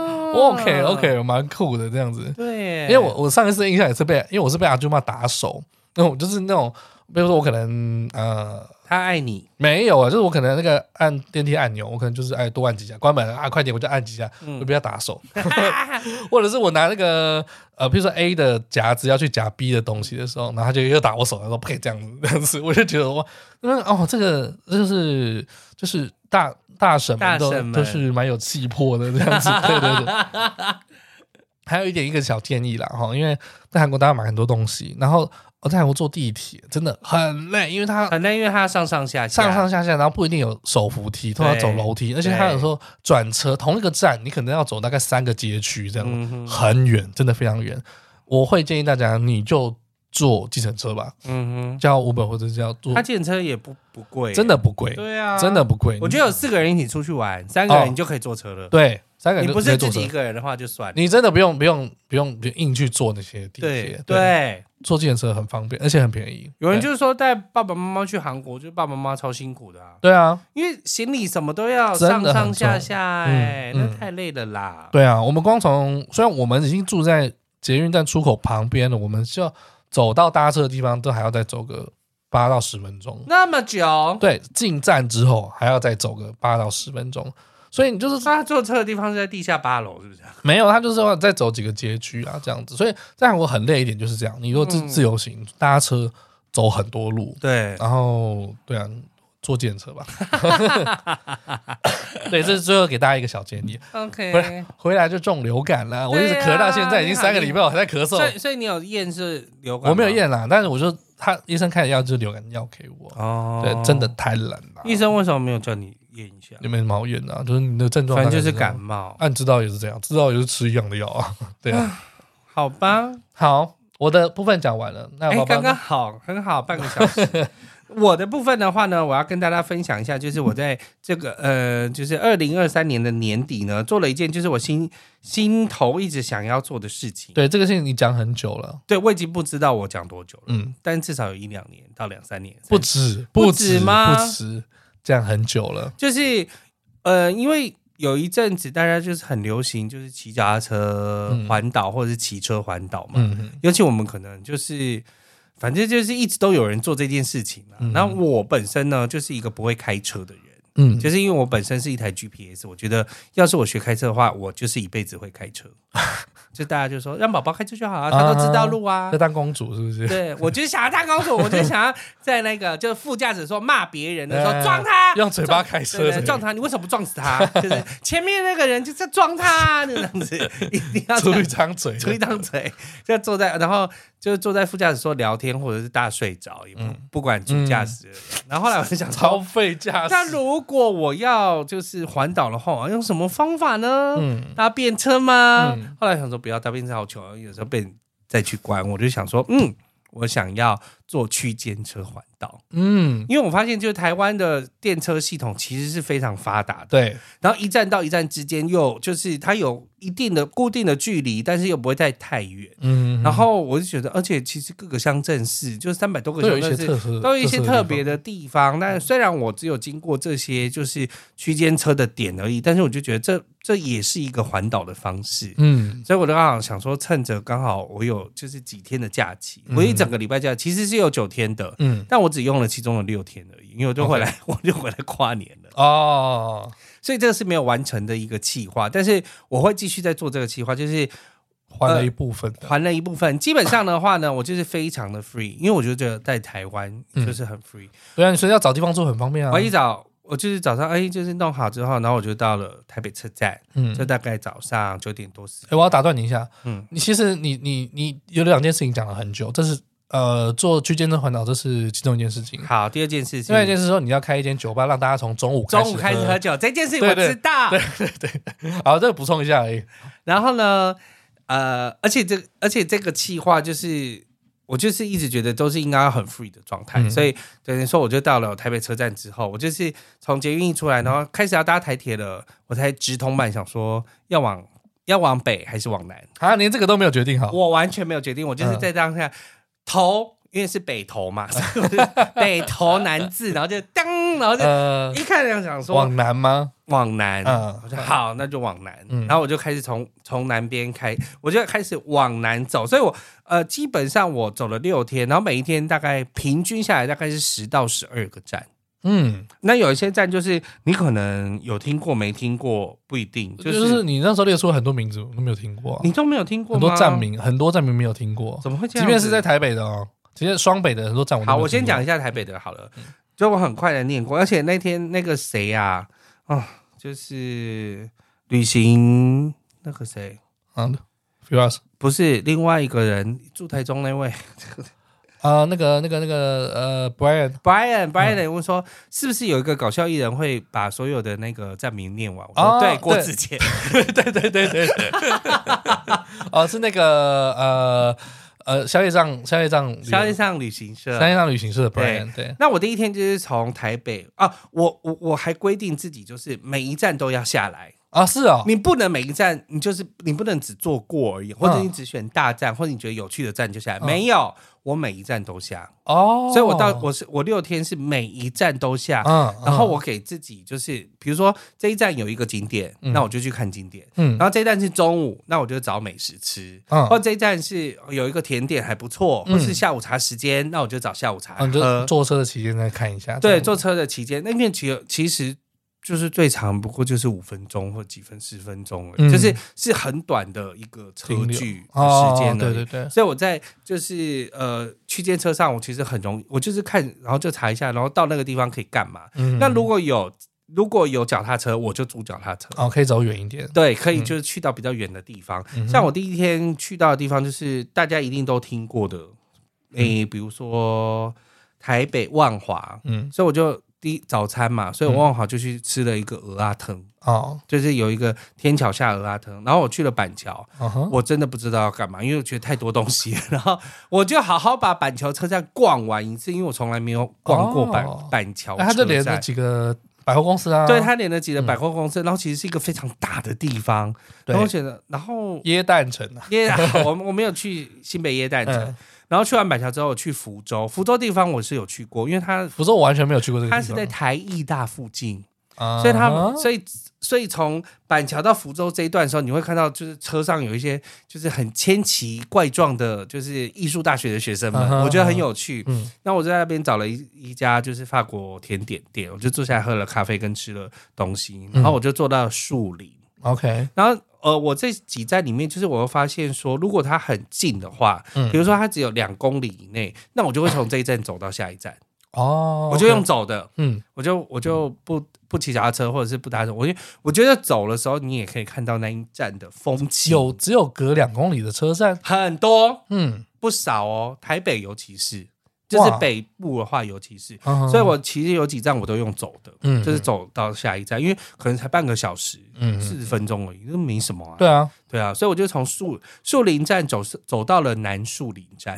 Speaker 3: OK， 蛮酷的这样子。
Speaker 2: 对，
Speaker 3: 因为我上一次印象也是因为我是被阿舅妈打手，那我就是那种，比如说我可能
Speaker 2: 他爱你
Speaker 3: 没有啊，就是我可能那个按电梯按钮，我可能就是多按几下，关门了快点我就按几下，我被他打手。或者是我拿那个比如说 A 的夹子要去夹 B 的东西的时候，然后他就又打我手，他说不可以这样子，我就觉得哇，这个就是大婶们都是蛮有气魄的这样子，对。还有一个小建议啦因为在韩国大家买很多东西，然后我在韩国坐地铁真的很累，因为它
Speaker 2: 要上上下下，
Speaker 3: 然后不一定有手扶梯，通常走楼梯，而且它有时候转车同一个站，你可能要走大概3个街区，这样很远，真的非常远。我会建议大家，你就坐计程车吧，叫 Uber 或者叫坐，
Speaker 2: 它计程车也不贵，
Speaker 3: 真的不贵，
Speaker 2: 对啊，
Speaker 3: 真的不贵。
Speaker 2: 我觉得有4个人一起出去玩，3个人你就可以坐车了，
Speaker 3: 对。3个人
Speaker 2: 你不是自己一个人的话就算了，
Speaker 3: 你真的不用硬去坐那些地铁，
Speaker 2: 对，
Speaker 3: 坐计程车很方便，而且很便宜。
Speaker 2: 有人就是说带爸爸妈妈去韩国，就是爸爸妈妈超辛苦的啊。
Speaker 3: 对啊，
Speaker 2: 因为行李什么都要上上下下，那太累了啦。
Speaker 3: 对啊，我们光虽然我们已经住在捷运站出口旁边了，我们就要走到搭车的地方都还要再走个8到10分钟，
Speaker 2: 那么久？
Speaker 3: 对，进站之后还要再走个8到10分钟。所以你就是
Speaker 2: 他坐车的地方是在地下8楼，是不是？
Speaker 3: 没有，他就是要再走几个街区啊，这样子。所以在韩国很累一点就是这样。你如果自由行搭车走很多路，
Speaker 2: 对，
Speaker 3: 然后对啊，坐计程车吧。对，这是最后给大家一个小建议。
Speaker 2: OK，
Speaker 3: 回来就中流感了，我一直咳到现在已经3个礼拜，我还在咳嗽。
Speaker 2: 所以你有验是流感？
Speaker 3: 我没有验啦，但是我就医生开的药就是流感药给我。对，真的太冷了。
Speaker 2: 医生为什么没有叫你验一下？
Speaker 3: 也没什么好验的，就是你的症状，
Speaker 2: 反正就是感冒。
Speaker 3: 你知道也是这样，知道也是吃一样的药啊。对啊，
Speaker 2: 好吧，
Speaker 3: 好，我的部分讲完了。那
Speaker 2: 刚刚好，很好，半个小时。我的部分的话呢，我要跟大家分享一下，就是我在这个就是2023年的年底呢，做了一件就是我心头一直想要做的事情。对，
Speaker 3: 这个事情你讲很久了。
Speaker 2: 对，我已经不知道我讲多久了，但至少有1-2年到2-3年，
Speaker 3: 不止吗？不止，这样很久了。
Speaker 2: 就是因为有一阵子大家就是很流行，就是骑脚踏车环岛或者是骑车环岛嘛，尤其我们可能就是。反正就是一直都有人做这件事情然后我本身呢就是一个不会开车的人， 就是因为我本身是一台 GPS， 我觉得要是我学开车的话，我就是一辈子会开车。就大家就说让宝宝开车就好啊，他都知道路啊。
Speaker 3: 要当公主是不是？
Speaker 2: 对，我就是想要当公主，我就想要在那个就是副驾驶说骂别人的时候撞他，
Speaker 3: 用嘴巴开车，
Speaker 2: 撞他，你为什么不撞死他？就是前面那个人就是撞他，这样子一定要
Speaker 3: 出一张嘴，
Speaker 2: 就坐在，然后就坐在副驾驶说聊天，或者是大家睡着，也不管主驾驶。然后后来我就想
Speaker 3: 超费驾驶。
Speaker 2: 那如果我要就是环岛的话，我要用什么方法呢？搭便车吗？后来想说不要搭便车好穷，有时候被再去关，我就想说我想要坐区间车环岛，因为我发现就是台湾的电车系统其实是非常发达的，
Speaker 3: 对，
Speaker 2: 然后一站到一站之间又就是它有一定的固定的距离，但是又不会太远，然后我就觉得，而且其实各个乡镇市就是300多个乡镇市都有一些特别的地方，但虽然我只有经过这些就是区间车的点而已，但是我就觉得这也是一个环岛的方式，所以我就刚好想说，趁着刚好我有就是几天的假期，我一整个礼拜假其实是有9天的，但我只用了其中的6天而已，因为我就回来跨年了哦，所以这个是没有完成的一个企划，但是我会继续在做这个企划，就是
Speaker 3: 还了一部分，
Speaker 2: 基本上的话呢，我就是非常的 free， 因为我觉得在台湾就是很 free，
Speaker 3: 对啊，所以要找地方住很方便啊。
Speaker 2: 我就是早上就是弄好之后，然后我就到了台北车站，就大概早上9点多10点。
Speaker 3: 我要打断你一下，你其实你有2件事情讲了很久，这是做区间车环岛，这是其中一件事情。
Speaker 2: 好，第二件事情，
Speaker 3: 另外一件事说你要开一间酒吧，让大家从中午
Speaker 2: 开始喝酒，这件事情我知道。
Speaker 3: 对，好，这个补充一下而已。
Speaker 2: 然后呢，而且这个企划就是我就是一直觉得都是应该要很 free 的状态，所以等于说我就到了台北车站之后，我就是从捷运一出来，然后开始要搭台铁了，我才直通版想说要往北还是往南
Speaker 3: 啊，连这个都没有决定好，
Speaker 2: 我完全没有决定，我就是在当下头。因为是北投嘛，所以我就北投南至，然后就当，然后就一看就想说
Speaker 3: 往南吗？
Speaker 2: 往南，我说好，那就往南，然后我就开始从南边开，我就开始往南走，所以我基本上我走了6天，然后每一天大概平均下来大概是10到12个站。那有一些站就是你可能有听过没听过不一定，
Speaker 3: 就是你那时候列出了很多名字我都没有听过，
Speaker 2: 你都没有听过吗？
Speaker 3: 很多站名没有听过，
Speaker 2: 怎么会这样？
Speaker 3: 即便是在台北的哦。其实双北的很多站我都没有听过。
Speaker 2: 好，我先讲一下台北的好了，就我很快的念过，而且那天那个谁啊，就是旅行那个谁
Speaker 3: Firas
Speaker 2: 不是另外一个人住台中那位
Speaker 3: 那个
Speaker 2: Brian 问说是不是有一个搞笑艺人会把所有的那个站名念完？我说对，郭子乾，
Speaker 3: 对，是那个宵夜上旅行社的 Brian， 对。
Speaker 2: 那我第一天就是从台北啊，我还规定自己就是每一站都要下来。
Speaker 3: 是哦，
Speaker 2: 你不能每一站，你不能只坐过而已，或者你只选大站，或者你觉得有趣的站就下来。没有，我每一站都下所以我6天是每一站都下，然后我给自己就是比如说这一站有一个景点，那我就去看景点，然后这一站是中午，那我就找美食吃，或者这一站是有一个甜点还不错，或是下午茶时间，那我就找下午茶
Speaker 3: 你就坐车的期间再看一下。
Speaker 2: 对，坐车的期间，那边其实就是最长不过就是5分钟或10分钟而已，就是很短的一个车距的时间而已。对，所以我在就是区间车上，我其实很容易，我就是看，然后就查一下，然后到那个地方可以干嘛。那如果有脚踏车，我就租脚踏车。
Speaker 3: 可以走远一点。
Speaker 2: 对，可以就是去到比较远的地方。像我第一天去到的地方，就是大家一定都听过的，比如说台北万华，所以我就。早餐嘛，所以我万华就去吃了一个蚵仔汤就是有一个天桥下蚵仔汤，然后我去了板桥，我真的不知道要干嘛，因为我觉得太多东西了，然后我就好好把板桥车站逛完一次，因为我从来没有逛过板桥车站。
Speaker 3: 他就连了几个百货公司啊，
Speaker 2: 对，他连了几个百货公司，然后其实是一个非常大的地方，然后我觉得，然后
Speaker 3: 耶诞城
Speaker 2: 我没有去新北耶诞城。然后去完板桥之后，我去福州地方我是有去过，因为福
Speaker 3: 州我完全没有去过这个地方，
Speaker 2: 它是在台艺大附近， 所以从板桥到福州这一段的时候，你会看到就是车上有一些就是很千奇怪状的，就是艺术大学的学生们，我觉得很有趣。那我在那边找了一家就是法国甜点店，我就坐下来喝了咖啡跟吃了东西，然后我就坐到树林。
Speaker 3: OK，
Speaker 2: 然后我这几站里面，就是我会发现说，如果它很近的话，比如说它只有2公里以内，那我就会从这一站走到下一站。我就用走的，我就不骑脚踏车或者是不搭车，我觉得走的时候你也可以看到那一站的风景，
Speaker 3: 只有隔2公里的车站
Speaker 2: 很多，不少哦，台北尤其是。就是北部的话，尤其是，所以我其实有几站我都用走的，就是走到下一站，因为可能才半个小时，40分钟而已，这没什么啊。对啊，所以我就从树林站走到了南树林站。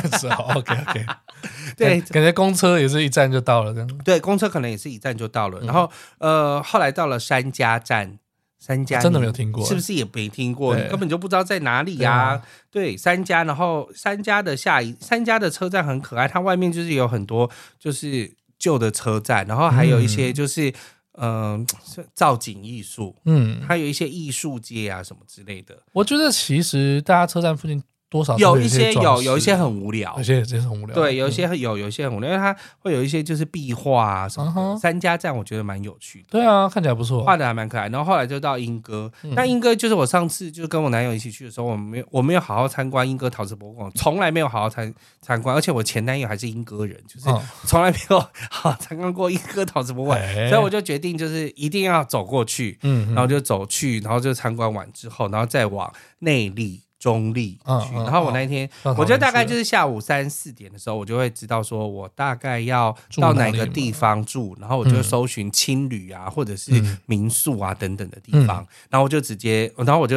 Speaker 3: OK，
Speaker 2: 对，
Speaker 3: 感觉公车也是一站就到了，这样。
Speaker 2: 对，公车可能也是一站就到了，然后后来到了三家站。三家
Speaker 3: 真的没有听过，
Speaker 2: 是不是也没听过？你根本就不知道在哪里啊。对，三家，然后三家的车站很可爱，它外面就是有很多就是旧的车站，然后还有一些就是造景艺术，还有一些艺术街啊什么之类的。
Speaker 3: 我觉得其实大家车站附近多少
Speaker 2: 有一些很无聊，
Speaker 3: 有些真是很无聊。
Speaker 2: 对，有一些很无聊，因为它会有一些就是壁画啊什么的。三家站我觉得蛮有趣的，
Speaker 3: 对啊，看起来不错，
Speaker 2: 画的还蛮可爱。然后后来就到莺歌，那莺歌就是我上次就是跟我男友一起去的时候，我没有好好参观莺歌陶瓷博物馆，从来没有好好参观，而且我前男友还是莺歌人，就是从来没有好好参观过莺歌陶瓷博物馆，所以我就决定就是一定要走过去，然后就走去，然后就参观完之后，然后再往内壢。中立去，然后我那一天，我觉得大概就是下午3、4点的时候，我就会知道说我大概要到哪个地方住，然后我就搜寻青旅啊，或者是民宿啊等等的地方，然后我就直接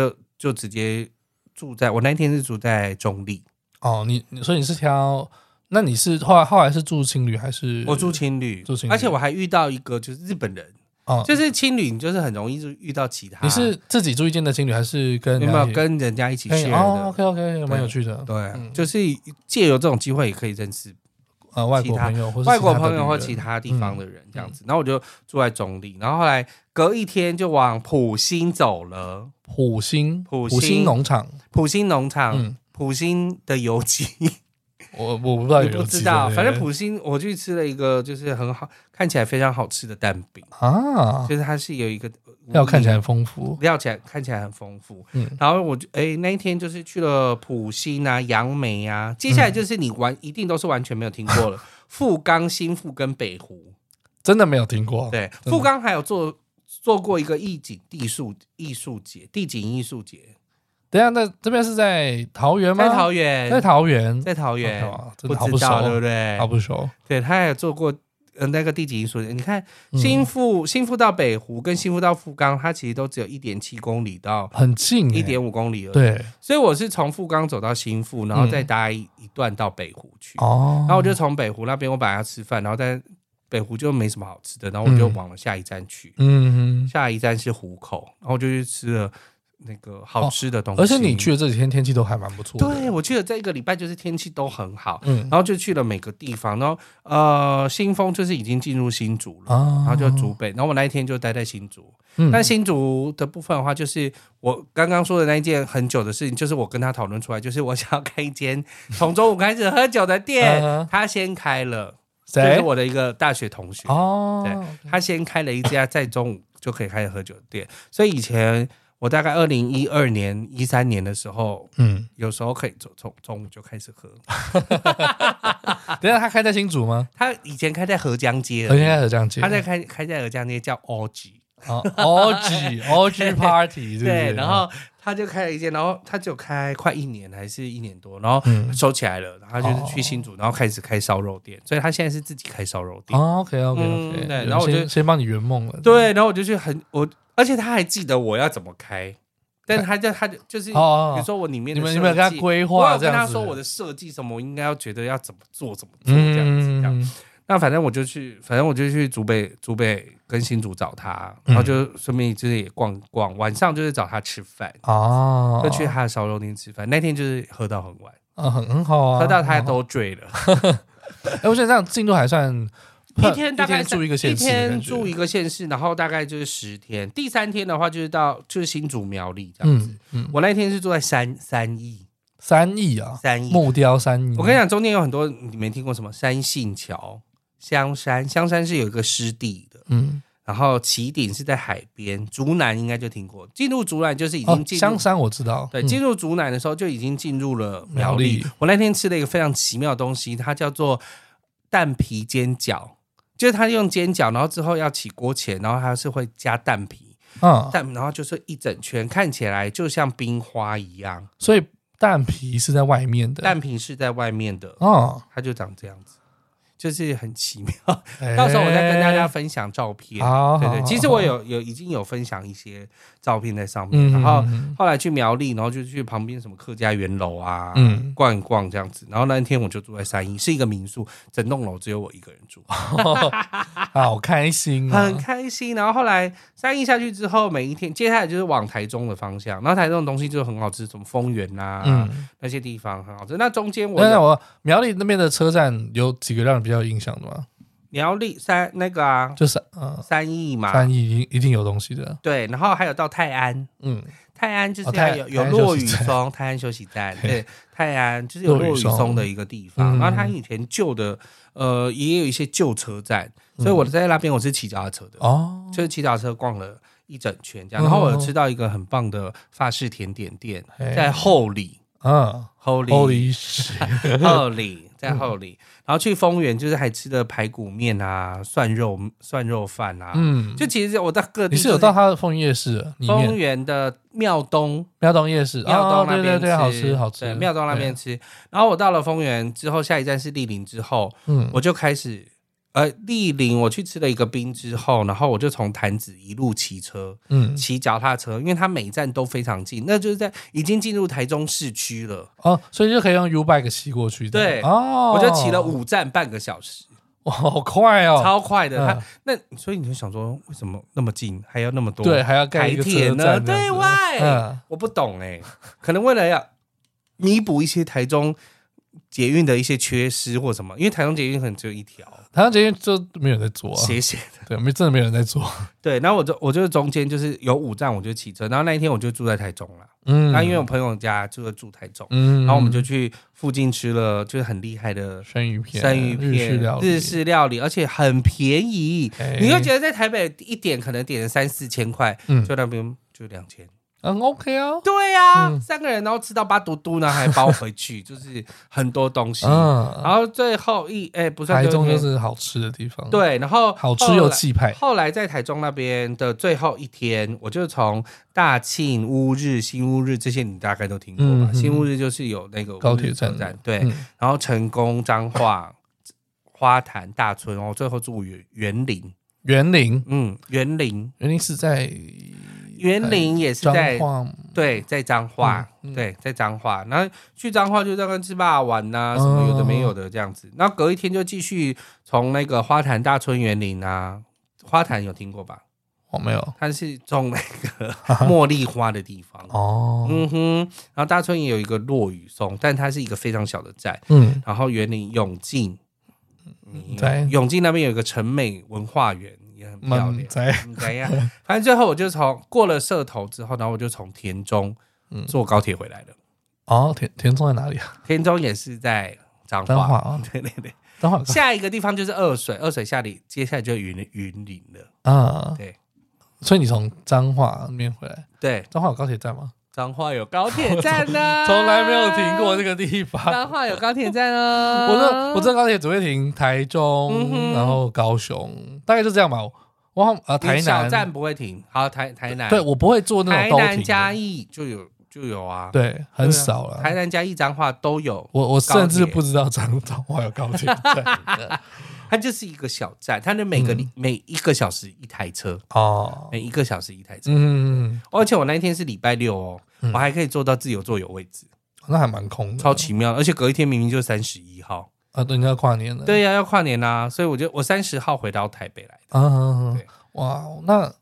Speaker 2: 住在我那天是住在中立。
Speaker 3: 所以你是挑，那你是后来是住青旅还是？
Speaker 2: 我住青旅，而且我还遇到一个就是日本人。就是青旅，你就是很容易遇到其他。
Speaker 3: 你是自己住一间的青旅，还是跟
Speaker 2: 人家一起 share 的
Speaker 3: ？OK， 蛮有趣的。
Speaker 2: 对，就是借由这种机会也可以认识
Speaker 3: 外国朋友
Speaker 2: 或其他地方的人这样子。然后我就住在中立，然后后来隔一天就往埔心走了。
Speaker 3: 埔心农场，
Speaker 2: 埔心的油鸡。
Speaker 3: 我不知道，
Speaker 2: 不知道，反正埔心我去吃了一个就是很好，看起来非常好吃的蛋饼啊，就是它是有一个
Speaker 3: 料看起来很丰富，
Speaker 2: 看起来很丰富。然后我那一天就是去了埔心啊、杨梅啊，接下来就是你一定都是完全没有听过了，富冈、新富跟北湖，
Speaker 3: 真的没有听过。
Speaker 2: 对，富冈还有做过一个地景艺术节。
Speaker 3: 等一下，那这边是在桃园吗？
Speaker 2: 在桃园，
Speaker 3: 真的好不熟，
Speaker 2: 对不对？
Speaker 3: 好不熟。
Speaker 2: 对，他还有做过那个地景艺术。你看新富到北湖跟新富到富冈，它其实都只有1.7公里到
Speaker 3: 很近
Speaker 2: ，1.5公里而已。
Speaker 3: 对，
Speaker 2: 所以我是从富冈走到新富，然后再搭一段到北湖去。然后我就从北湖那边，我本来要吃饭，然后在北湖就没什么好吃的，然后我就往了下一站去。下一站是湖口，然后我就去吃了那个好吃的东西。
Speaker 3: 而且你去的这几天天气都还蛮不错的。
Speaker 2: 对，我去的这一个礼拜就是天气都很好，然后就去了每个地方，然后新丰就是已经进入新竹了，然后就竹北，然后我那一天就待在新竹。但新竹的部分的话，就是我刚刚说的那一件很久的事情，就是我跟他讨论出来，就是我想要开一间从中午开始喝酒的店，他先开了，就是我的一个大学同学对，他先开了一家在中午就可以开始喝酒的店，所以以前我大概2012年、13年的时候，有时候可以从中午就开始喝。
Speaker 3: 等一下，他开在新竹吗？
Speaker 2: 他以前开在河江街，
Speaker 3: 他在
Speaker 2: 开在河江街叫
Speaker 3: OG Party，
Speaker 2: 对，然后他就开了一间，然后他就开快1年还是1年多，然后收起来了，然后他就是去新竹，然后开始开烧肉店，所以他现在是自己开烧肉店。
Speaker 3: OK，
Speaker 2: 对，然后我就
Speaker 3: 先帮你圆梦了。
Speaker 2: 对，然后我就去而且他还记得我要怎么开，但是他就是，比如说我里面的
Speaker 3: 你们跟他规划这样子，
Speaker 2: 我跟他说我的设计什么，我应该要觉得要怎么做这样子。那反正我就去竹北跟新竹找他，然后就顺便就是也逛逛，晚上就是找他吃饭就去他的烧肉店吃饭。那天就是喝到很晚，
Speaker 3: 很好啊，
Speaker 2: 喝到他都醉了。
Speaker 3: 我觉得这样进度还算
Speaker 2: 一天大概
Speaker 3: 住一个县市，
Speaker 2: 一天住一个县市，然后大概就是10天。第3天的话就是新竹苗栗这样子。我那一天是住在三义啊，
Speaker 3: 木雕三义。
Speaker 2: 我跟你讲，中间有很多你没听过什么山信桥、香山是有一个湿地的，然后旗顶是在海边，竹南应该就听过。进入竹南就是已经进入
Speaker 3: 香山，我知道。
Speaker 2: 对，进入竹南的时候就已经进入了苗栗。我那天吃了一个非常奇妙的东西，它叫做蛋皮煎饺，就是它用煎饺，然后之后要起锅前，然后还是会加蛋皮，然后就是一整圈，看起来就像冰花一样。
Speaker 3: 所以蛋皮是在外面的，
Speaker 2: 蛋皮是在外面的，它就长这样子。就是很奇妙，到时候我再跟大家分享照片。对，其实我已经有分享一些照片在上面，然后后来去苗栗，然后就去旁边什么客家园楼啊，逛一逛这样子。然后那一天我就住在三义，是一个民宿，整栋楼只有我一个人住，
Speaker 3: 好开心啊，
Speaker 2: 很开心。然后后来三义下去之后，每一天接下来就是往台中的方向，然后台中的东西就很好吃，什么丰原啊，那些地方很好吃。那中间
Speaker 3: 我苗栗那边的车站有几个让你比较有印象的吗？
Speaker 2: 苗栗就是三义嘛，
Speaker 3: 三义一定有东西的。
Speaker 2: 对，然后还有到泰安，泰安就是有落羽松，泰安休息站，对，泰安就是有落羽松的一个地方。然后它以前旧的也有一些旧车站，所以我在那边我是骑脚踏车的，就是骑脚踏车逛了一整圈这样。然后我有吃到一个很棒的法式甜点店，在后里在后里，然后去丰原就是还吃了排骨面啊、涮肉饭啊，就其实我到各地，
Speaker 3: 你是有到他的丰原夜市里面，
Speaker 2: 丰原的庙东夜市，
Speaker 3: 庙东那边对，好吃，
Speaker 2: 对，庙东那边吃。然后我到了丰原之后，下一站是莅林之后，我就开始。莅林我去吃了一个冰之后，然后我就从潭子一路骑车，骑脚踏车，因为它每一站都非常近，那就是已经进入台中市区了
Speaker 3: 所以就可以用 U-Bike 骑过去。
Speaker 2: 对，我就骑了5站半个小时，
Speaker 3: 哇，好快哦，
Speaker 2: 超快的。那所以你就想说，为什么那么近还要那么多？
Speaker 3: 对，还要盖一个车站呢？
Speaker 2: 对，我不懂可能为了要弥补一些台中捷运的一些缺失或什么，因为台中捷运可能只有一条，台中捷运
Speaker 3: 就没有人在做
Speaker 2: 斜斜的，
Speaker 3: 对，真的没有人在做。
Speaker 2: 对，然后我就中间就是有5站我就骑车，然后那一天我就住在台中了，那因为我朋友家就住台中，然后我们就去附近吃了就是很厉害的
Speaker 3: 生鱼片
Speaker 2: 日式料理，而且很便宜，你会觉得在台北一点可能点了3-4千块，就那边就2000。
Speaker 3: OK 啊，
Speaker 2: 对啊，3个人然后吃到巴嘟嘟呢，还包回去，就是很多东西。然后最后不算
Speaker 3: 台中就是好吃的地方，
Speaker 2: 对，然后
Speaker 3: 好吃又气派。
Speaker 2: 后来在台中那边的最后一天，我就从大庆、乌日、新乌日这些你大概都听过吧？新乌日就是有那个
Speaker 3: 高铁站，
Speaker 2: 对，然后成功、彰化、花坛、大村，然后最后住园林。园林
Speaker 3: 是在。
Speaker 2: 园林也是在
Speaker 3: 对，
Speaker 2: 在彰化，对，在彰化。然后去彰化就在跟吃霸丸啊，什么有的没有的这样子。然后隔一天就继续从那个花坛大村园林啊，花坛有听过吧？
Speaker 3: 没有，
Speaker 2: 它是种那个茉莉花的地方然后大村也有一个落羽松，但它是一个非常小的站。然后园林永靖那边有一个成美文化园。也很漂亮，反正最后我就从过了社头之后，然后我就从田中坐高铁回来了。
Speaker 3: 田中在哪里啊？
Speaker 2: 田中也是在彰化对，
Speaker 3: 彰化
Speaker 2: 下一个地方就是二水下里，接下来就云林了对，
Speaker 3: 所以你从彰化那边回来？
Speaker 2: 对，
Speaker 3: 彰化有高铁站吗？
Speaker 2: 彰化有高铁站呢，
Speaker 3: 从来没有停过这个地方。
Speaker 2: 彰化有高铁站啊，
Speaker 3: 我这高铁只会停台中，然后高雄，大概就这样吧。台南
Speaker 2: 小站不会停，好台南，
Speaker 3: 对我不会坐那种都停。
Speaker 2: 台南嘉义就有啊，
Speaker 3: 对，很少了。
Speaker 2: 台南嘉义彰化都有，
Speaker 3: 我甚至不知道彰化有高铁站。
Speaker 2: 它就是一个小站，它的每一个小时一台车每一个小时一台车。而且我那一天是礼拜6我还可以坐到自由座有位置，
Speaker 3: 那还蛮空的，
Speaker 2: 超奇妙。而且隔一天明明就31号
Speaker 3: 对，你要跨年了。
Speaker 2: 对呀，要跨年啊，所以我30号回到台北来的。
Speaker 3: 哇，那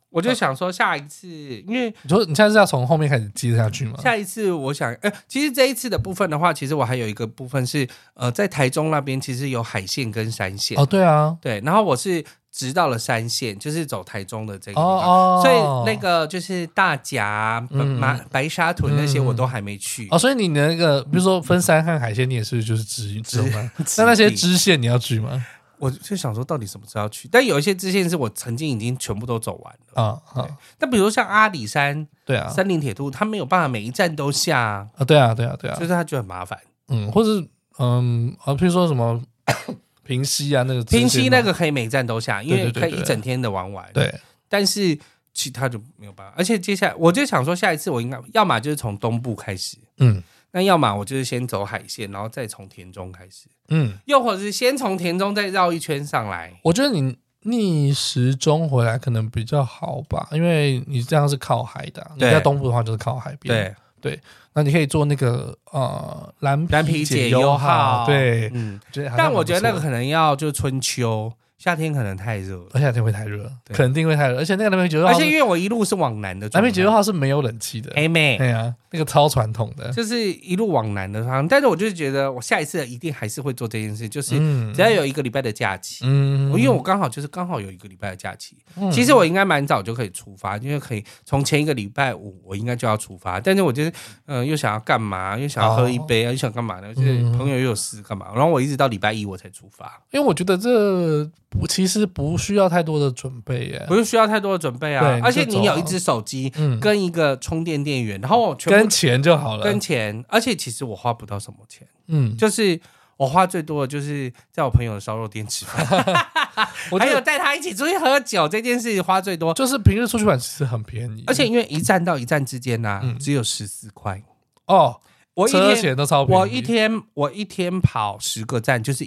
Speaker 2: 我就想说下一次，因为
Speaker 3: 你说你现在是要从后面开始接下去吗？
Speaker 2: 下一次我想，其实这一次的部分的话，其实我还有一个部分是，在台中那边其实有海线跟山线。
Speaker 3: 哦，对啊，
Speaker 2: 对，然后我是直到了山线，就是走台中的这个地方，所以那个就是大甲、白沙屯那些我都还没去。
Speaker 3: 所以你的那个，比如说分山和海线，你也是就是直吗？那些支线你要去吗？
Speaker 2: 我就想说，到底什么时候要去？但有一些支线是我曾经已经全部都走完了但比如像阿里山，
Speaker 3: 对啊，
Speaker 2: 森林铁路，它没有办法每一站都下
Speaker 3: 对啊，
Speaker 2: 就是它就很麻烦。
Speaker 3: 或者比如说什么平溪啊，那个
Speaker 2: 平溪那个可以每站都下，因为可以一整天的玩完。
Speaker 3: 对，
Speaker 2: 但是其他就没有办法。而且接下来我就想说，下一次我应该要么就是从东部开始，那要么我就是先走海线，然后再从田中开始，又或者是先从田中再绕一圈上来。
Speaker 3: 我觉得你逆时钟回来可能比较好吧，因为你这样是靠海的，你在东部的话就是靠海边。对，那你可以坐那个蓝皮解忧号，对，
Speaker 2: 但我觉得那个可能要就春秋。夏天可能太热了，
Speaker 3: 夏天会太热，肯定会太热。而且那个蓝皮解忧号，
Speaker 2: 而且因为我一路是往南的，
Speaker 3: 蓝皮解忧号是没有冷气的，对啊，那个超传统的，
Speaker 2: 就是一路往南的方。但是我就是觉得，我下一次一定还是会做这件事，就是只要有一个礼拜的假期，因为我刚好有一个礼拜的假期。其实我应该蛮早就可以出发，因为可以从前一个礼拜五我应该就要出发，但是我就是又想要干嘛，又想要喝一杯，又想干嘛呢？就是朋友又有事干嘛，然后我一直到礼拜一我才出发，
Speaker 3: 因为我觉得这。其实不需要太多的准备耶，
Speaker 2: 不是需要太多的准备啊，而且你有一只手机跟一个充电电源，然后全部
Speaker 3: 跟钱就好了，
Speaker 2: 跟钱，而且其实我花不到什么钱，就是我花最多的就是在我朋友的烧肉店吃饭，还有带他一起出去喝酒这件事花最多，
Speaker 3: 就是平日出去玩其实很便宜，
Speaker 2: 而且因为一站到一站之间只有14块
Speaker 3: 车钱都超便宜。
Speaker 2: 我一天跑10个站就是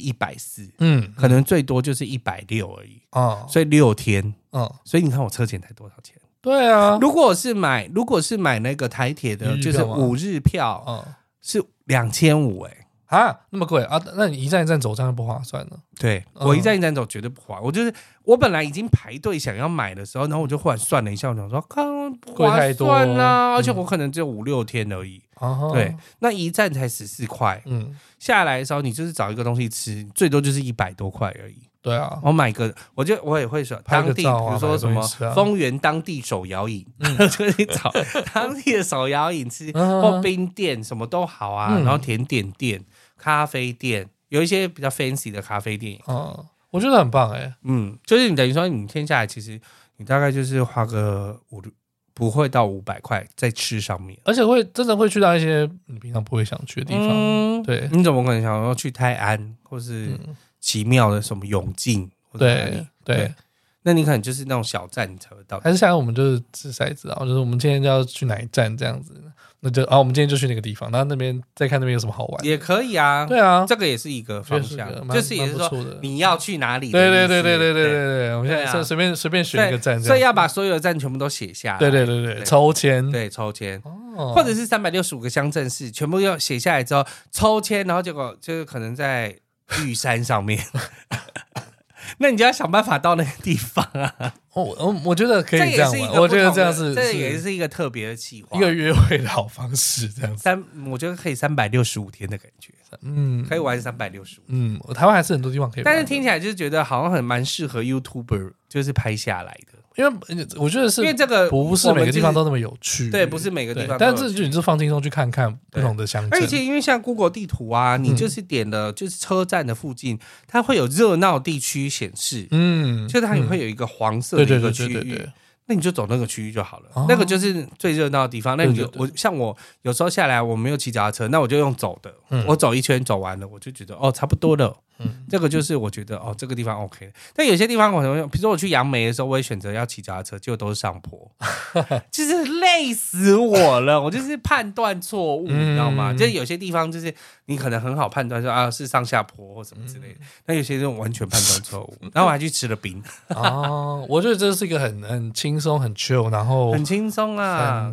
Speaker 2: 140，可能最多就是160而已，所以6天，所以你看我车钱才多少钱？
Speaker 3: 对啊，
Speaker 2: 如果是买那个台铁的，就是5日票，是2500
Speaker 3: 那么贵啊？那你一站一站走这样不划算了。
Speaker 2: 对，我一站一站走绝对不划。我本来已经排队想要买的时候，然后我就忽然算了一下，我想说，看不划算啊，而且我可能只有5-6天而已。对，那一站才14块，下来的时候你就是找一个东西吃，最多就是100多块而已。
Speaker 3: 对啊，
Speaker 2: 我买个，我也会说当地，比如说什么丰原当地手摇饮，就是找当地的手摇饮吃，或冰店什么都好啊，然后甜点店、咖啡店，有一些比较 fancy 的咖啡店，
Speaker 3: 我觉得很棒
Speaker 2: 就是你等于说你天下来，其实你大概就是花个不会到500块在吃上面，
Speaker 3: 而且真的会去到一些你平常不会想去的地方。对，
Speaker 2: 你怎么可能想要去泰安或是奇妙的什么永靖？对，那你可能就是那种小站你才会到。
Speaker 3: 还是像我们就是掷骰子就是我们今天就要去哪一站这样子，那就我们今天就去那个地方，然后那边再看那边有什么好玩，
Speaker 2: 也可以啊。
Speaker 3: 对啊，
Speaker 2: 这个也是一个方向，就是也是说你要去哪里。
Speaker 3: 对，我们现在随便选一个站，
Speaker 2: 所以要把所有的站全部都写下来。
Speaker 3: 对，抽签，
Speaker 2: 抽签，或者是365个乡镇市全部要写下来之后抽签，然后结果就是可能在玉山上面。那你就要想办法到那个地方啊！
Speaker 3: 我觉得可以这样玩，我觉得这样
Speaker 2: 这也是一个特别的企划，
Speaker 3: 一个约会的好方式，这样子。
Speaker 2: 我觉得可以365天的感觉，可以玩365。
Speaker 3: 台湾还是很多地方可以玩，
Speaker 2: 但是听起来就是觉得好像蛮适合 YouTuber， 就是拍下来的。
Speaker 3: 因为我觉得是，
Speaker 2: 因为这个
Speaker 3: 不是每个地方都那么有趣，
Speaker 2: 对，不是每个地方，
Speaker 3: 但是就你就放轻松去看看不同的乡镇。
Speaker 2: 而且因为像 Google 地图啊，你就是点了就是车站的附近，它会有热闹地区显示，就是它也会有一个黄色的一个区域。那你就走那个区域就好了，那个就是最热闹的地方。那你就像我有时候下来我没有骑脚踏车，那我就用走的，我走一圈走完了，我就觉得差不多了。这个就是我觉得这个地方 OK。但有些地方我比如说我去杨梅的时候，我也选择要骑脚踏车，结果都是上坡，就是累死我了。我就是判断错误，你知道吗？就是有些地方就是你可能很好判断说是上下坡或什么之类的，但有些人完全判断错误。然后我还去吃了冰。
Speaker 3: 我觉得这是一个很轻松很 chill， 然后
Speaker 2: 很轻松啊，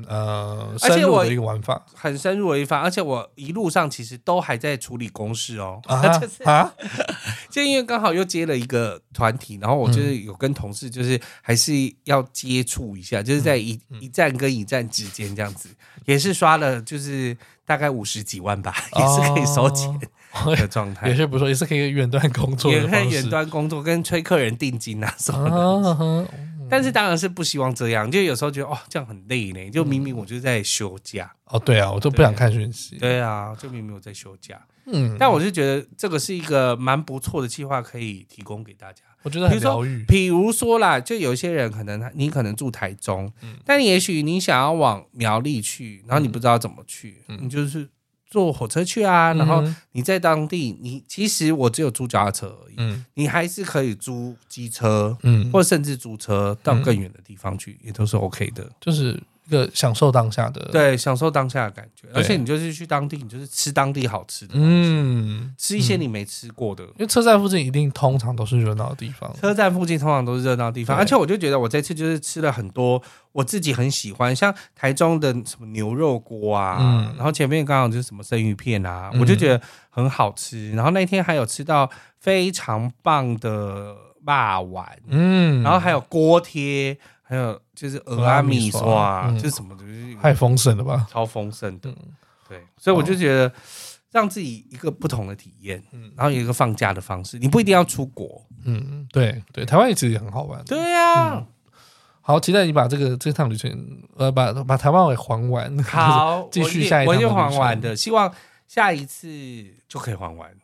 Speaker 3: 深入的一个玩法，
Speaker 2: 很深入的一方，而且我一路上其实都还在处理公事哦，就因为刚好又接了一个团体，然后我就是有跟同事就是还是要接触一下，就是在一站跟一站之间这样子，也是刷了就是大概50几万吧，也是可以收钱的状态，
Speaker 3: 也是不错，也是可以远端工作的方式，
Speaker 2: 也可以远端工作跟催客人定金啊什么的。但是当然是不希望这样，就有时候觉得这样很累呢，就明明我就在休假。
Speaker 3: 对啊，我都不想看讯息。
Speaker 2: 对啊，就明明我在休假。但我就觉得这个是一个蛮不错的计划，可以提供给大家。
Speaker 3: 我觉得很疗愈。
Speaker 2: 比如说啦，就有些人你可能住台中，但也许你想要往苗栗去，然后你不知道怎么去，你就是坐火车去啊，然后你在当地，其实我只有租脚踏车而已，你还是可以租机车，或甚至租车到更远的地方去，也都是 OK 的，
Speaker 3: 就是一个享受当下的，
Speaker 2: 对，享受当下的感觉，而且你就是去当地，你就是吃当地好吃的东西，吃一些你没吃过的，因
Speaker 3: 为车站附近一定通常都是热闹的地方，
Speaker 2: 车站附近通常都是热闹的地方，而且我就觉得我这次就是吃了很多我自己很喜欢，像台中的什么牛肉锅啊，然后前面刚好就是什么生鱼片啊，我就觉得很好吃，然后那天还有吃到非常棒的肉丸，然后还有锅贴，还有就是蚵仔米刷，就是什么的，
Speaker 3: 太丰盛了吧，
Speaker 2: 超丰盛的，对，所以我就觉得让自己一个不同的体验，然后有一个放假的方式，你不一定要出国，
Speaker 3: 对对，台湾其实也很好玩，
Speaker 2: 对啊。
Speaker 3: 好，期待你把这趟旅程，把台湾给还完。
Speaker 2: 好，
Speaker 3: 继续下一趟。
Speaker 2: 我就还完的，希望下一次就可以还完。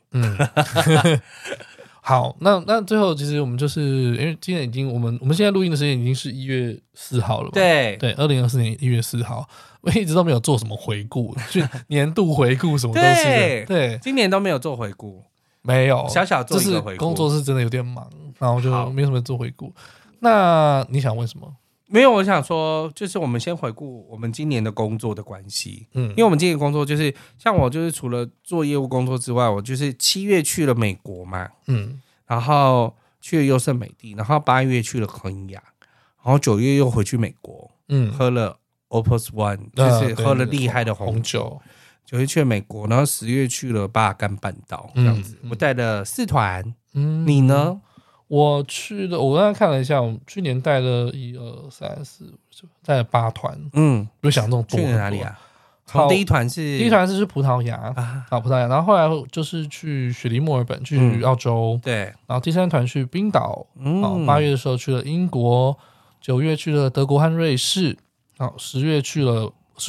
Speaker 3: 好，那最后其实我们就是因为今天已经我们现在录音的时间已经是1月4号了嘛？
Speaker 2: 对
Speaker 3: ，2024年1月4号，我一直都没有做什么回顾，就年度回顾什么东西的。对，
Speaker 2: 今年都没有做回顾，
Speaker 3: 没有，
Speaker 2: 小做一个回顾。
Speaker 3: 工作是真的有点忙，然后就没有什么做回顾。那你想问什么？
Speaker 2: 没有，我想说，就是我们先回顾我们今年的工作的关系。因为我们今年工作就是像我，就是除了做业务工作之外，我就是7月去了美国嘛，然后去了优胜美地，然后8月去了肯亚，然后9月又回去美国，喝了 Opus One， 就是喝了厉害的红酒。9月去了美国，然后10月去了巴尔干半岛，这样子。我带了4团，你呢？
Speaker 3: 我去了，我刚才看了一下，我去年带了1、2、3、4、5，带了8团，不想这种多。
Speaker 2: 去哪里啊？从第一团是
Speaker 3: 去葡萄牙葡萄牙，然后后来就是去雪梨、墨尔本，去澳洲，
Speaker 2: 对，
Speaker 3: 然后第3团去冰岛，8月的时候去了英国，9月去了德国和瑞士，然后10月去了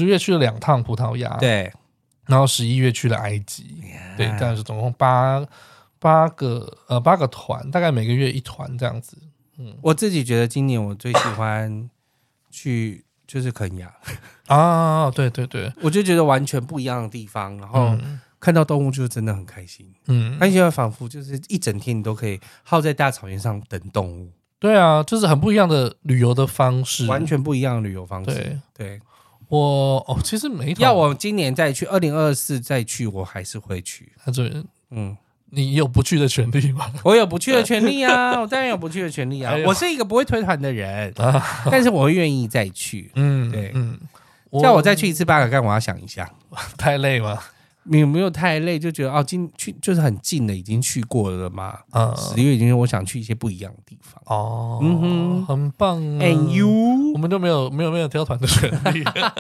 Speaker 3: 2趟葡萄牙，
Speaker 2: 对，
Speaker 3: 然后11月去了埃及，对，但是总共八个团，大概每个月1团这样子。
Speaker 2: 我自己觉得今年我最喜欢去就是肯亚
Speaker 3: 啊，对对对，
Speaker 2: 我就觉得完全不一样的地方，然后看到动物就真的很开心，而且仿佛就是一整天你都可以耗在大草原上等动物。
Speaker 3: 对啊，就是很不一样的旅游的方式，
Speaker 2: 完全不一样的旅游方式。对，
Speaker 3: 我其实每一团
Speaker 2: 要我今年再去2024再去，我还是会去。
Speaker 3: 你有不去的权利吗？
Speaker 2: 我有不去的权利啊，我当然有不去的权利啊。我是一个不会推团的人，但是我会愿意再去。对，叫我再去一次巴尔干，我要想一下，
Speaker 3: 太累吗？
Speaker 2: 有没有太累？就觉得去就是很近的，已经去过了嘛。10月已经，我想去一些不一样的地方。
Speaker 3: 很棒啊
Speaker 2: ！And you，
Speaker 3: 我们都没有挑团的权利。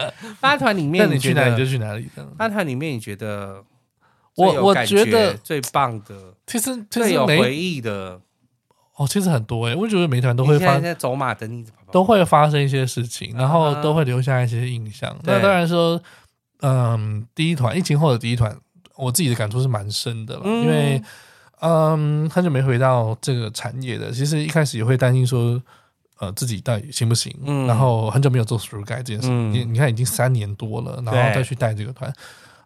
Speaker 2: 8团里面，
Speaker 3: 那你去哪里就去哪里。
Speaker 2: 8团里面，你觉得？
Speaker 3: 我觉得
Speaker 2: 最棒的，
Speaker 3: 其实
Speaker 2: 最有回忆的
Speaker 3: 其实很多我觉得每团都会
Speaker 2: 现在走马灯，
Speaker 3: 都会发生一些事情，然后都会留下一些印象。那当然说，第一团疫情后的第一团，我自己的感触是蛮深的了，因为很久没回到这个产业的，其实一开始也会担心说，自己到底行不行？然后很久没有做 through guide 这件事，你看已经3年多了，然后再去带这个团，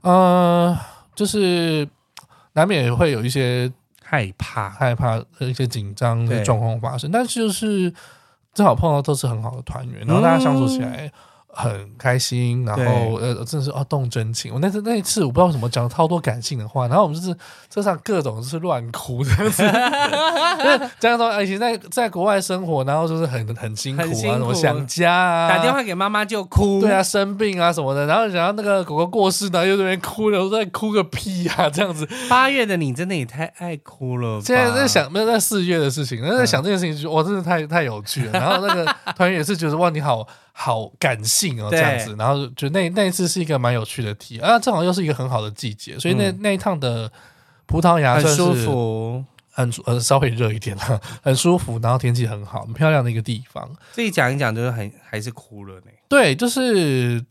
Speaker 3: 就是难免也会有一些害怕一些紧张的状况发生，但是就是正好碰到都是很好的团员，然后大家相处起来， 很开心，然后真的是动真情。我那一次我不知道为什么讲了超多感性的话，然后我们就是车上各种就是乱哭这样子，这样说以前在国外生活，然后就是很辛苦啊，什么想家啊，
Speaker 2: 打电话给妈妈就哭，
Speaker 3: 对啊，生病啊什么的，然后想要那个狗狗过世呢，又在那边哭了，我在哭个屁啊，这样子。
Speaker 2: 8月的你真的也太爱哭了吧。
Speaker 3: 现在在想，没有在4月的事情，在想这件事情，就哇，真的太有趣了。然后那个团员也是觉得哇，你好感性哦，这样子。然后就那一次是一个蛮有趣的题啊，正好又是一个很好的季节，所以那一趟的葡萄牙
Speaker 2: 很舒服，
Speaker 3: 稍微热一点了，很舒服，然后天气很好，很漂亮的一个地方。
Speaker 2: 自己讲一讲，就是还是哭了呢。
Speaker 3: 对，就是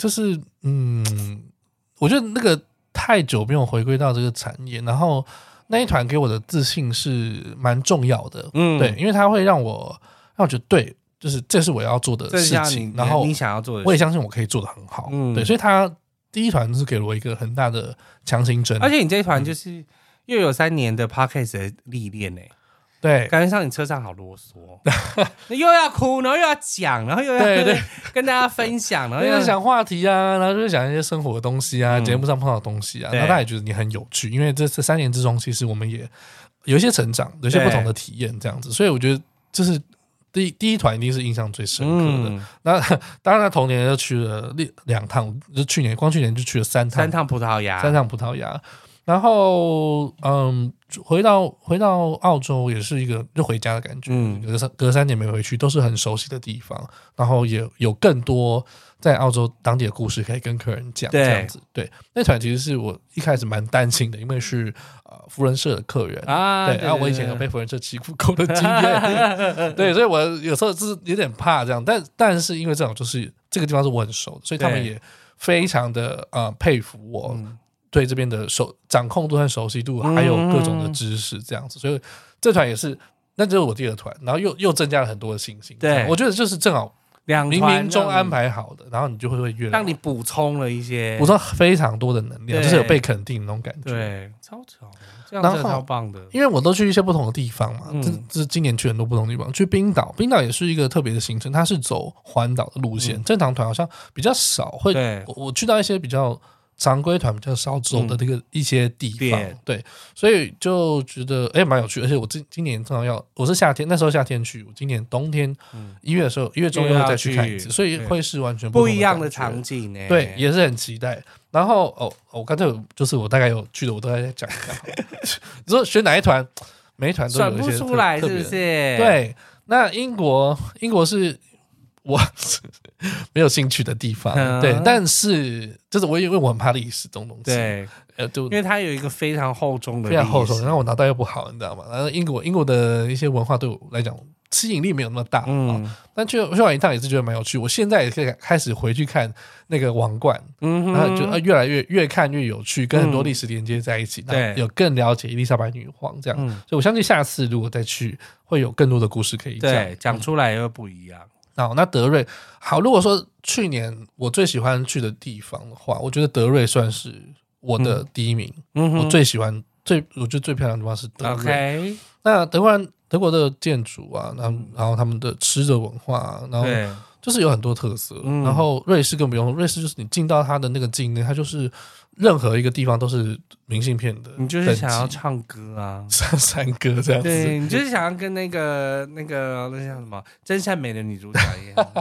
Speaker 3: 我觉得那个太久没有回归到这个产业，然后那一团给我的自信是蛮重要的，对，因为它会让我觉得对。就是这是我要做的事情，然后
Speaker 2: 你想要做的事情，
Speaker 3: 我也相信我可以做得很好，对，所以他第一团是给了我一个很大的强心针，
Speaker 2: 而且你这一团就是又有3年的 podcast 的历练呢，
Speaker 3: 对，
Speaker 2: 感觉上你车上好啰嗦，又要哭，然后又要讲，然后又要跟大家分享，然后又要
Speaker 3: 想话题啊，然后就是讲一些生活的东西啊，节目上碰到的东西啊，然后大家也觉得你很有趣，因为这3年之中，其实我们也有一些成长，有一些不同的体验，这样子，所以我觉得就是。第一团一定是印象最深刻的。那当然，他同年就去了2趟，就去年就去了3趟
Speaker 2: 葡萄牙，
Speaker 3: 然后回到澳洲也是一个就回家的感觉，隔3年没回去，都是很熟悉的地方，然后也有更多在澳洲当地的故事可以跟客人讲，这样子。对，那团其实是我一开始蛮担心的，因为是福人社的客人啊，对，然后我以前有被福人社欺负过的经验，对，所以我有时候就是有点怕这样，但是因为这种就是这个地方是我很熟的，所以他们也非常的佩服我。对这边的掌控度和熟悉度，还有各种的知识，这样子，所以这团也是，那就是我第2团，然后又增加了很多的信心。对，我觉得就是正好冥冥中安排好的，然后你就会越来
Speaker 2: 让你补充了一些，
Speaker 3: 补充非常多的能量，就是有被肯定的那种感觉。
Speaker 2: 对，超巧，这样真的超棒的。
Speaker 3: 因为我都去一些不同的地方嘛，这今年去很多不同的地方，去冰岛也是一个特别的行程，它是走环岛的路线，正常团好像比较少会，我去到一些比较。常规团比较少走的这个一些地方，对，所以就觉得蛮有趣，而且我今年正好我是那时候夏天去，我今年冬天1月的时候1月中又再去看一次，所以会是完全
Speaker 2: 不一样的场景呢，
Speaker 3: 对，也是很期待。然后我刚才就是我大概有去的，我都在讲一下。你说选哪一团？每一团都有一些
Speaker 2: 选不出来，是不是？
Speaker 3: 对，那英国是。我没有兴趣的地方，对，但是就是因为我很怕历史这种东西，
Speaker 2: 对，因为它有一个非常厚重的，
Speaker 3: 非常厚重，然后我脑袋又不好，你知道吗？然后英国的一些文化对我来讲吸引力没有那么大，但去完一趟也是觉得蛮有趣。我现在也可以开始回去看那个王冠，然后就越来越看越有趣，跟很多历史连接在一起，对，有更了解伊丽莎白女皇这样，所以我相信下次如果再去，会有更多的故事可以讲，
Speaker 2: 对，讲出来又不一样。
Speaker 3: 那德瑞好，如果说去年我最喜欢去的地方的话，我觉得德瑞算是我的第一名。我最喜欢我觉得最漂亮的地方是德瑞。那德国的建筑啊，然后他们的吃的文化，然后就是有很多特色。然后瑞士更不用，瑞士就是你进到它的那个境内，它就是任何一个地方都是明信片的，
Speaker 2: 你就是想要唱歌啊，
Speaker 3: 山歌这样子，
Speaker 2: 对，你就是想要跟那个那叫什么真善美的女主角一样，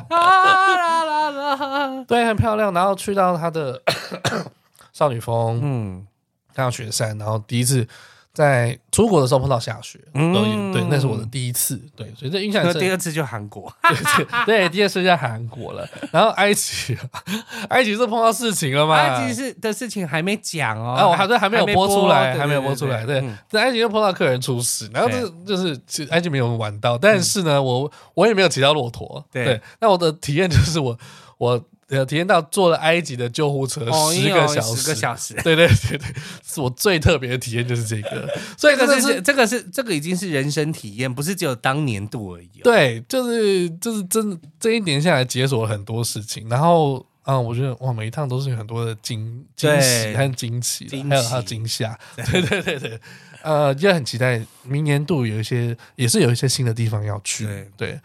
Speaker 3: 对，很漂亮。然后去到它的少女峰，看到雪山，然后第一次在出国的时候碰到下雪，对，那是我的第一次，对，所以这印象
Speaker 2: 第2次就韩国，
Speaker 3: 对，第2次就韩国了。然后埃及是碰到事情了吗？
Speaker 2: 埃及的事情还没讲
Speaker 3: 我还没有播出来，还没有播出来。对，在埃及就碰到客人出事，然后就是其实埃及没有玩到，但是呢，我也没有骑到骆驼，对。那我的体验就是我体验到坐了埃及的救护车10个小时，对，是我最特别的体验就是这个，所以
Speaker 2: 这个已经是人生体验，不是只有当年度而已。
Speaker 3: 对，就是真的这一年下来解锁了很多事情，然后我觉得哇，每一趟都是有很多的惊喜和惊奇，还有惊吓，对，也很期待明年度也是有一些新的地方要去，对。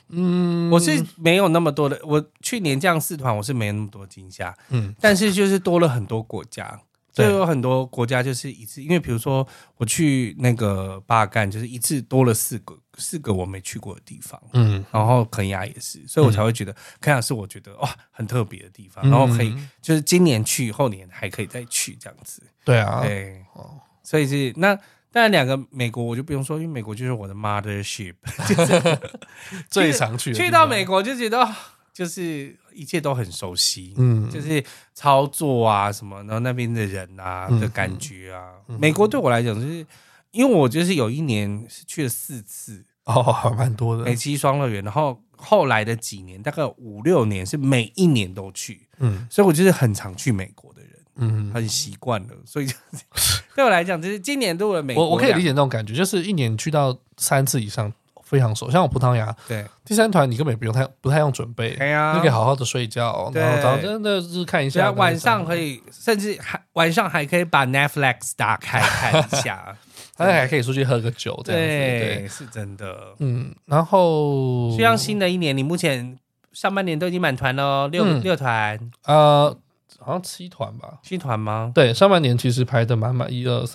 Speaker 2: 我是没有那么多的，我去年这样4团我是没有那么多惊吓，但是就是多了很多国家，就有很多国家就是一次，因为比如说我去那个巴尔干，就是一次多了4个我没去过的地方，然后肯亚也是，所以我才会觉得肯亚是我觉得哇很特别的地方，然后可以就是今年去，后年还可以再去这样子。
Speaker 3: 对啊，
Speaker 2: 对，所以是那。当然，2个美国我就不用说，因为美国就是我的 mothership， 就是
Speaker 3: 最常去
Speaker 2: 到美国就觉得就是一切都很熟悉，就是操作啊什么，然后那边的人啊的感觉啊，美国对我来讲就是因为我就是有一年是去了4次
Speaker 3: 哦，蛮多的
Speaker 2: 美西双乐园，然后后来的几年大概5-6年是每一年都去，所以我就是很常去美国的人。很习惯了，所以就是对我来讲，就是今年度的美国，
Speaker 3: 我可以理解那种感觉，就是一年去到3次以上，非常熟。像我葡萄牙，
Speaker 2: 对
Speaker 3: 第3团你根本不太用准备，就可以好好的睡觉，然后早上真的是看一下，
Speaker 2: 晚上可以，甚至晚上还可以把 Netflix 打开看一下，
Speaker 3: 还可以出去喝个酒，这样子，
Speaker 2: 对，是真的。
Speaker 3: 然后
Speaker 2: 希望新的一年，你目前上半年都已经满团了，6团，
Speaker 3: 好像7团吧
Speaker 2: ，7团吗？
Speaker 3: 对，上半年其实排的满满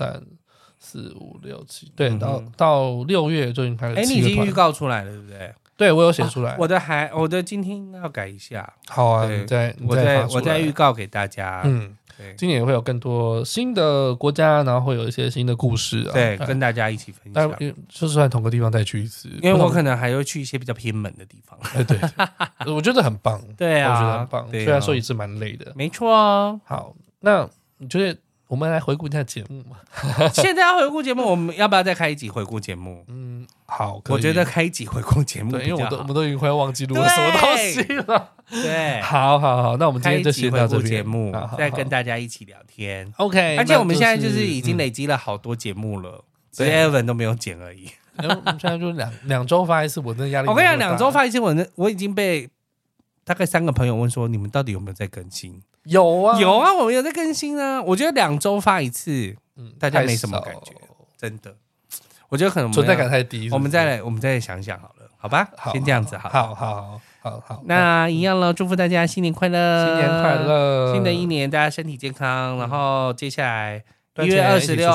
Speaker 3: ，1、2、3、4、5、6、7，对，到6月就已经排了7个团。
Speaker 2: 你已经预告出来了，对不对？
Speaker 3: 对，我有写出来。
Speaker 2: 我的今天要改一下。
Speaker 3: 好啊，
Speaker 2: 我再预告给大家。
Speaker 3: 今年也会有更多新的国家，然后会有一些新的故事啊，
Speaker 2: 对，跟大家一起分享。
Speaker 3: 就是在同个地方再去一次，
Speaker 2: 因为我可能还会去一些比较偏门的地方。
Speaker 3: 对，我觉得很棒。
Speaker 2: 对啊，
Speaker 3: 我觉得很棒。虽然说一次蛮累的，
Speaker 2: 没错啊。
Speaker 3: 好，那你觉得我们来回顾一下节目嘛？
Speaker 2: 现在要回顾节目，我们要不要再开一集回顾节目？
Speaker 3: 好，
Speaker 2: 我觉得开一集回顾节目，
Speaker 3: 因为我们都已经快要忘记录了什么东西了。
Speaker 2: 对，
Speaker 3: 好，那我们今天就先到这边
Speaker 2: 节目，再跟大家一起聊天。
Speaker 3: OK，
Speaker 2: 而且我们现在就是已经累积了好多节目了，只是 Evan 都没有剪而已。
Speaker 3: 我们现在就两周发一次，我真的压力。
Speaker 2: 我跟你讲，2周发一次，我已经被大概3个朋友问说，你们到底有没有在更新？
Speaker 3: 有啊，
Speaker 2: 我们有在更新啊。我觉得2周发一次，大家没什么感觉，真的。我觉得可能
Speaker 3: 存在感太低，
Speaker 2: 我们再想想好了，好吧？先这样子，
Speaker 3: 好。
Speaker 2: 那一样了，祝福大家新年快乐，
Speaker 3: 新年快乐，
Speaker 2: 新的一年大家身体健康。然后接下来1月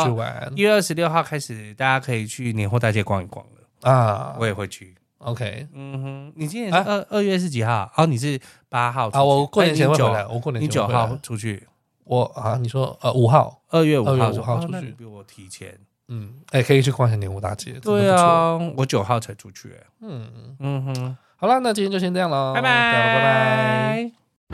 Speaker 2: 26号开始，大家可以去年货大街逛一逛了啊，我也会去。
Speaker 3: OK，
Speaker 2: 你今年是2月是几号？哦，你是8号
Speaker 3: 啊？我过年前会回来，你
Speaker 2: 9号出去？
Speaker 3: 你说5号
Speaker 2: ，2月5
Speaker 3: 号出去，
Speaker 2: 比我提前。
Speaker 3: 可以去逛一下年货大街。
Speaker 2: 对啊，我9号才出去。
Speaker 3: 好了，那今天就先这样了，
Speaker 2: 拜拜。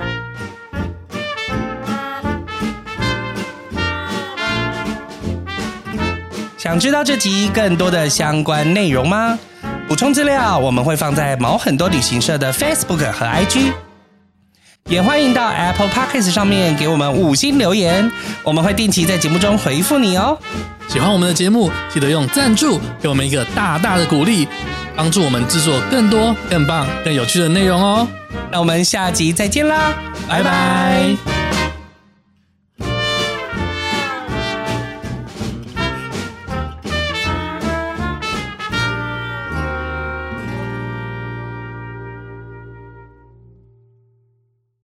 Speaker 2: 想知道这集更多的相关内容吗？补充资料我们会放在毛很多旅行社的 Facebook 和 IG， 也欢迎到 Apple Podcast 上面给我们5星留言，我们会定期在节目中回复你哦。
Speaker 5: 喜欢我们的节目，记得用赞助给我们一个大大的鼓励，帮助我们制作更多、更棒、更有趣的内容哦。
Speaker 2: 那我们下集再见啦，拜拜。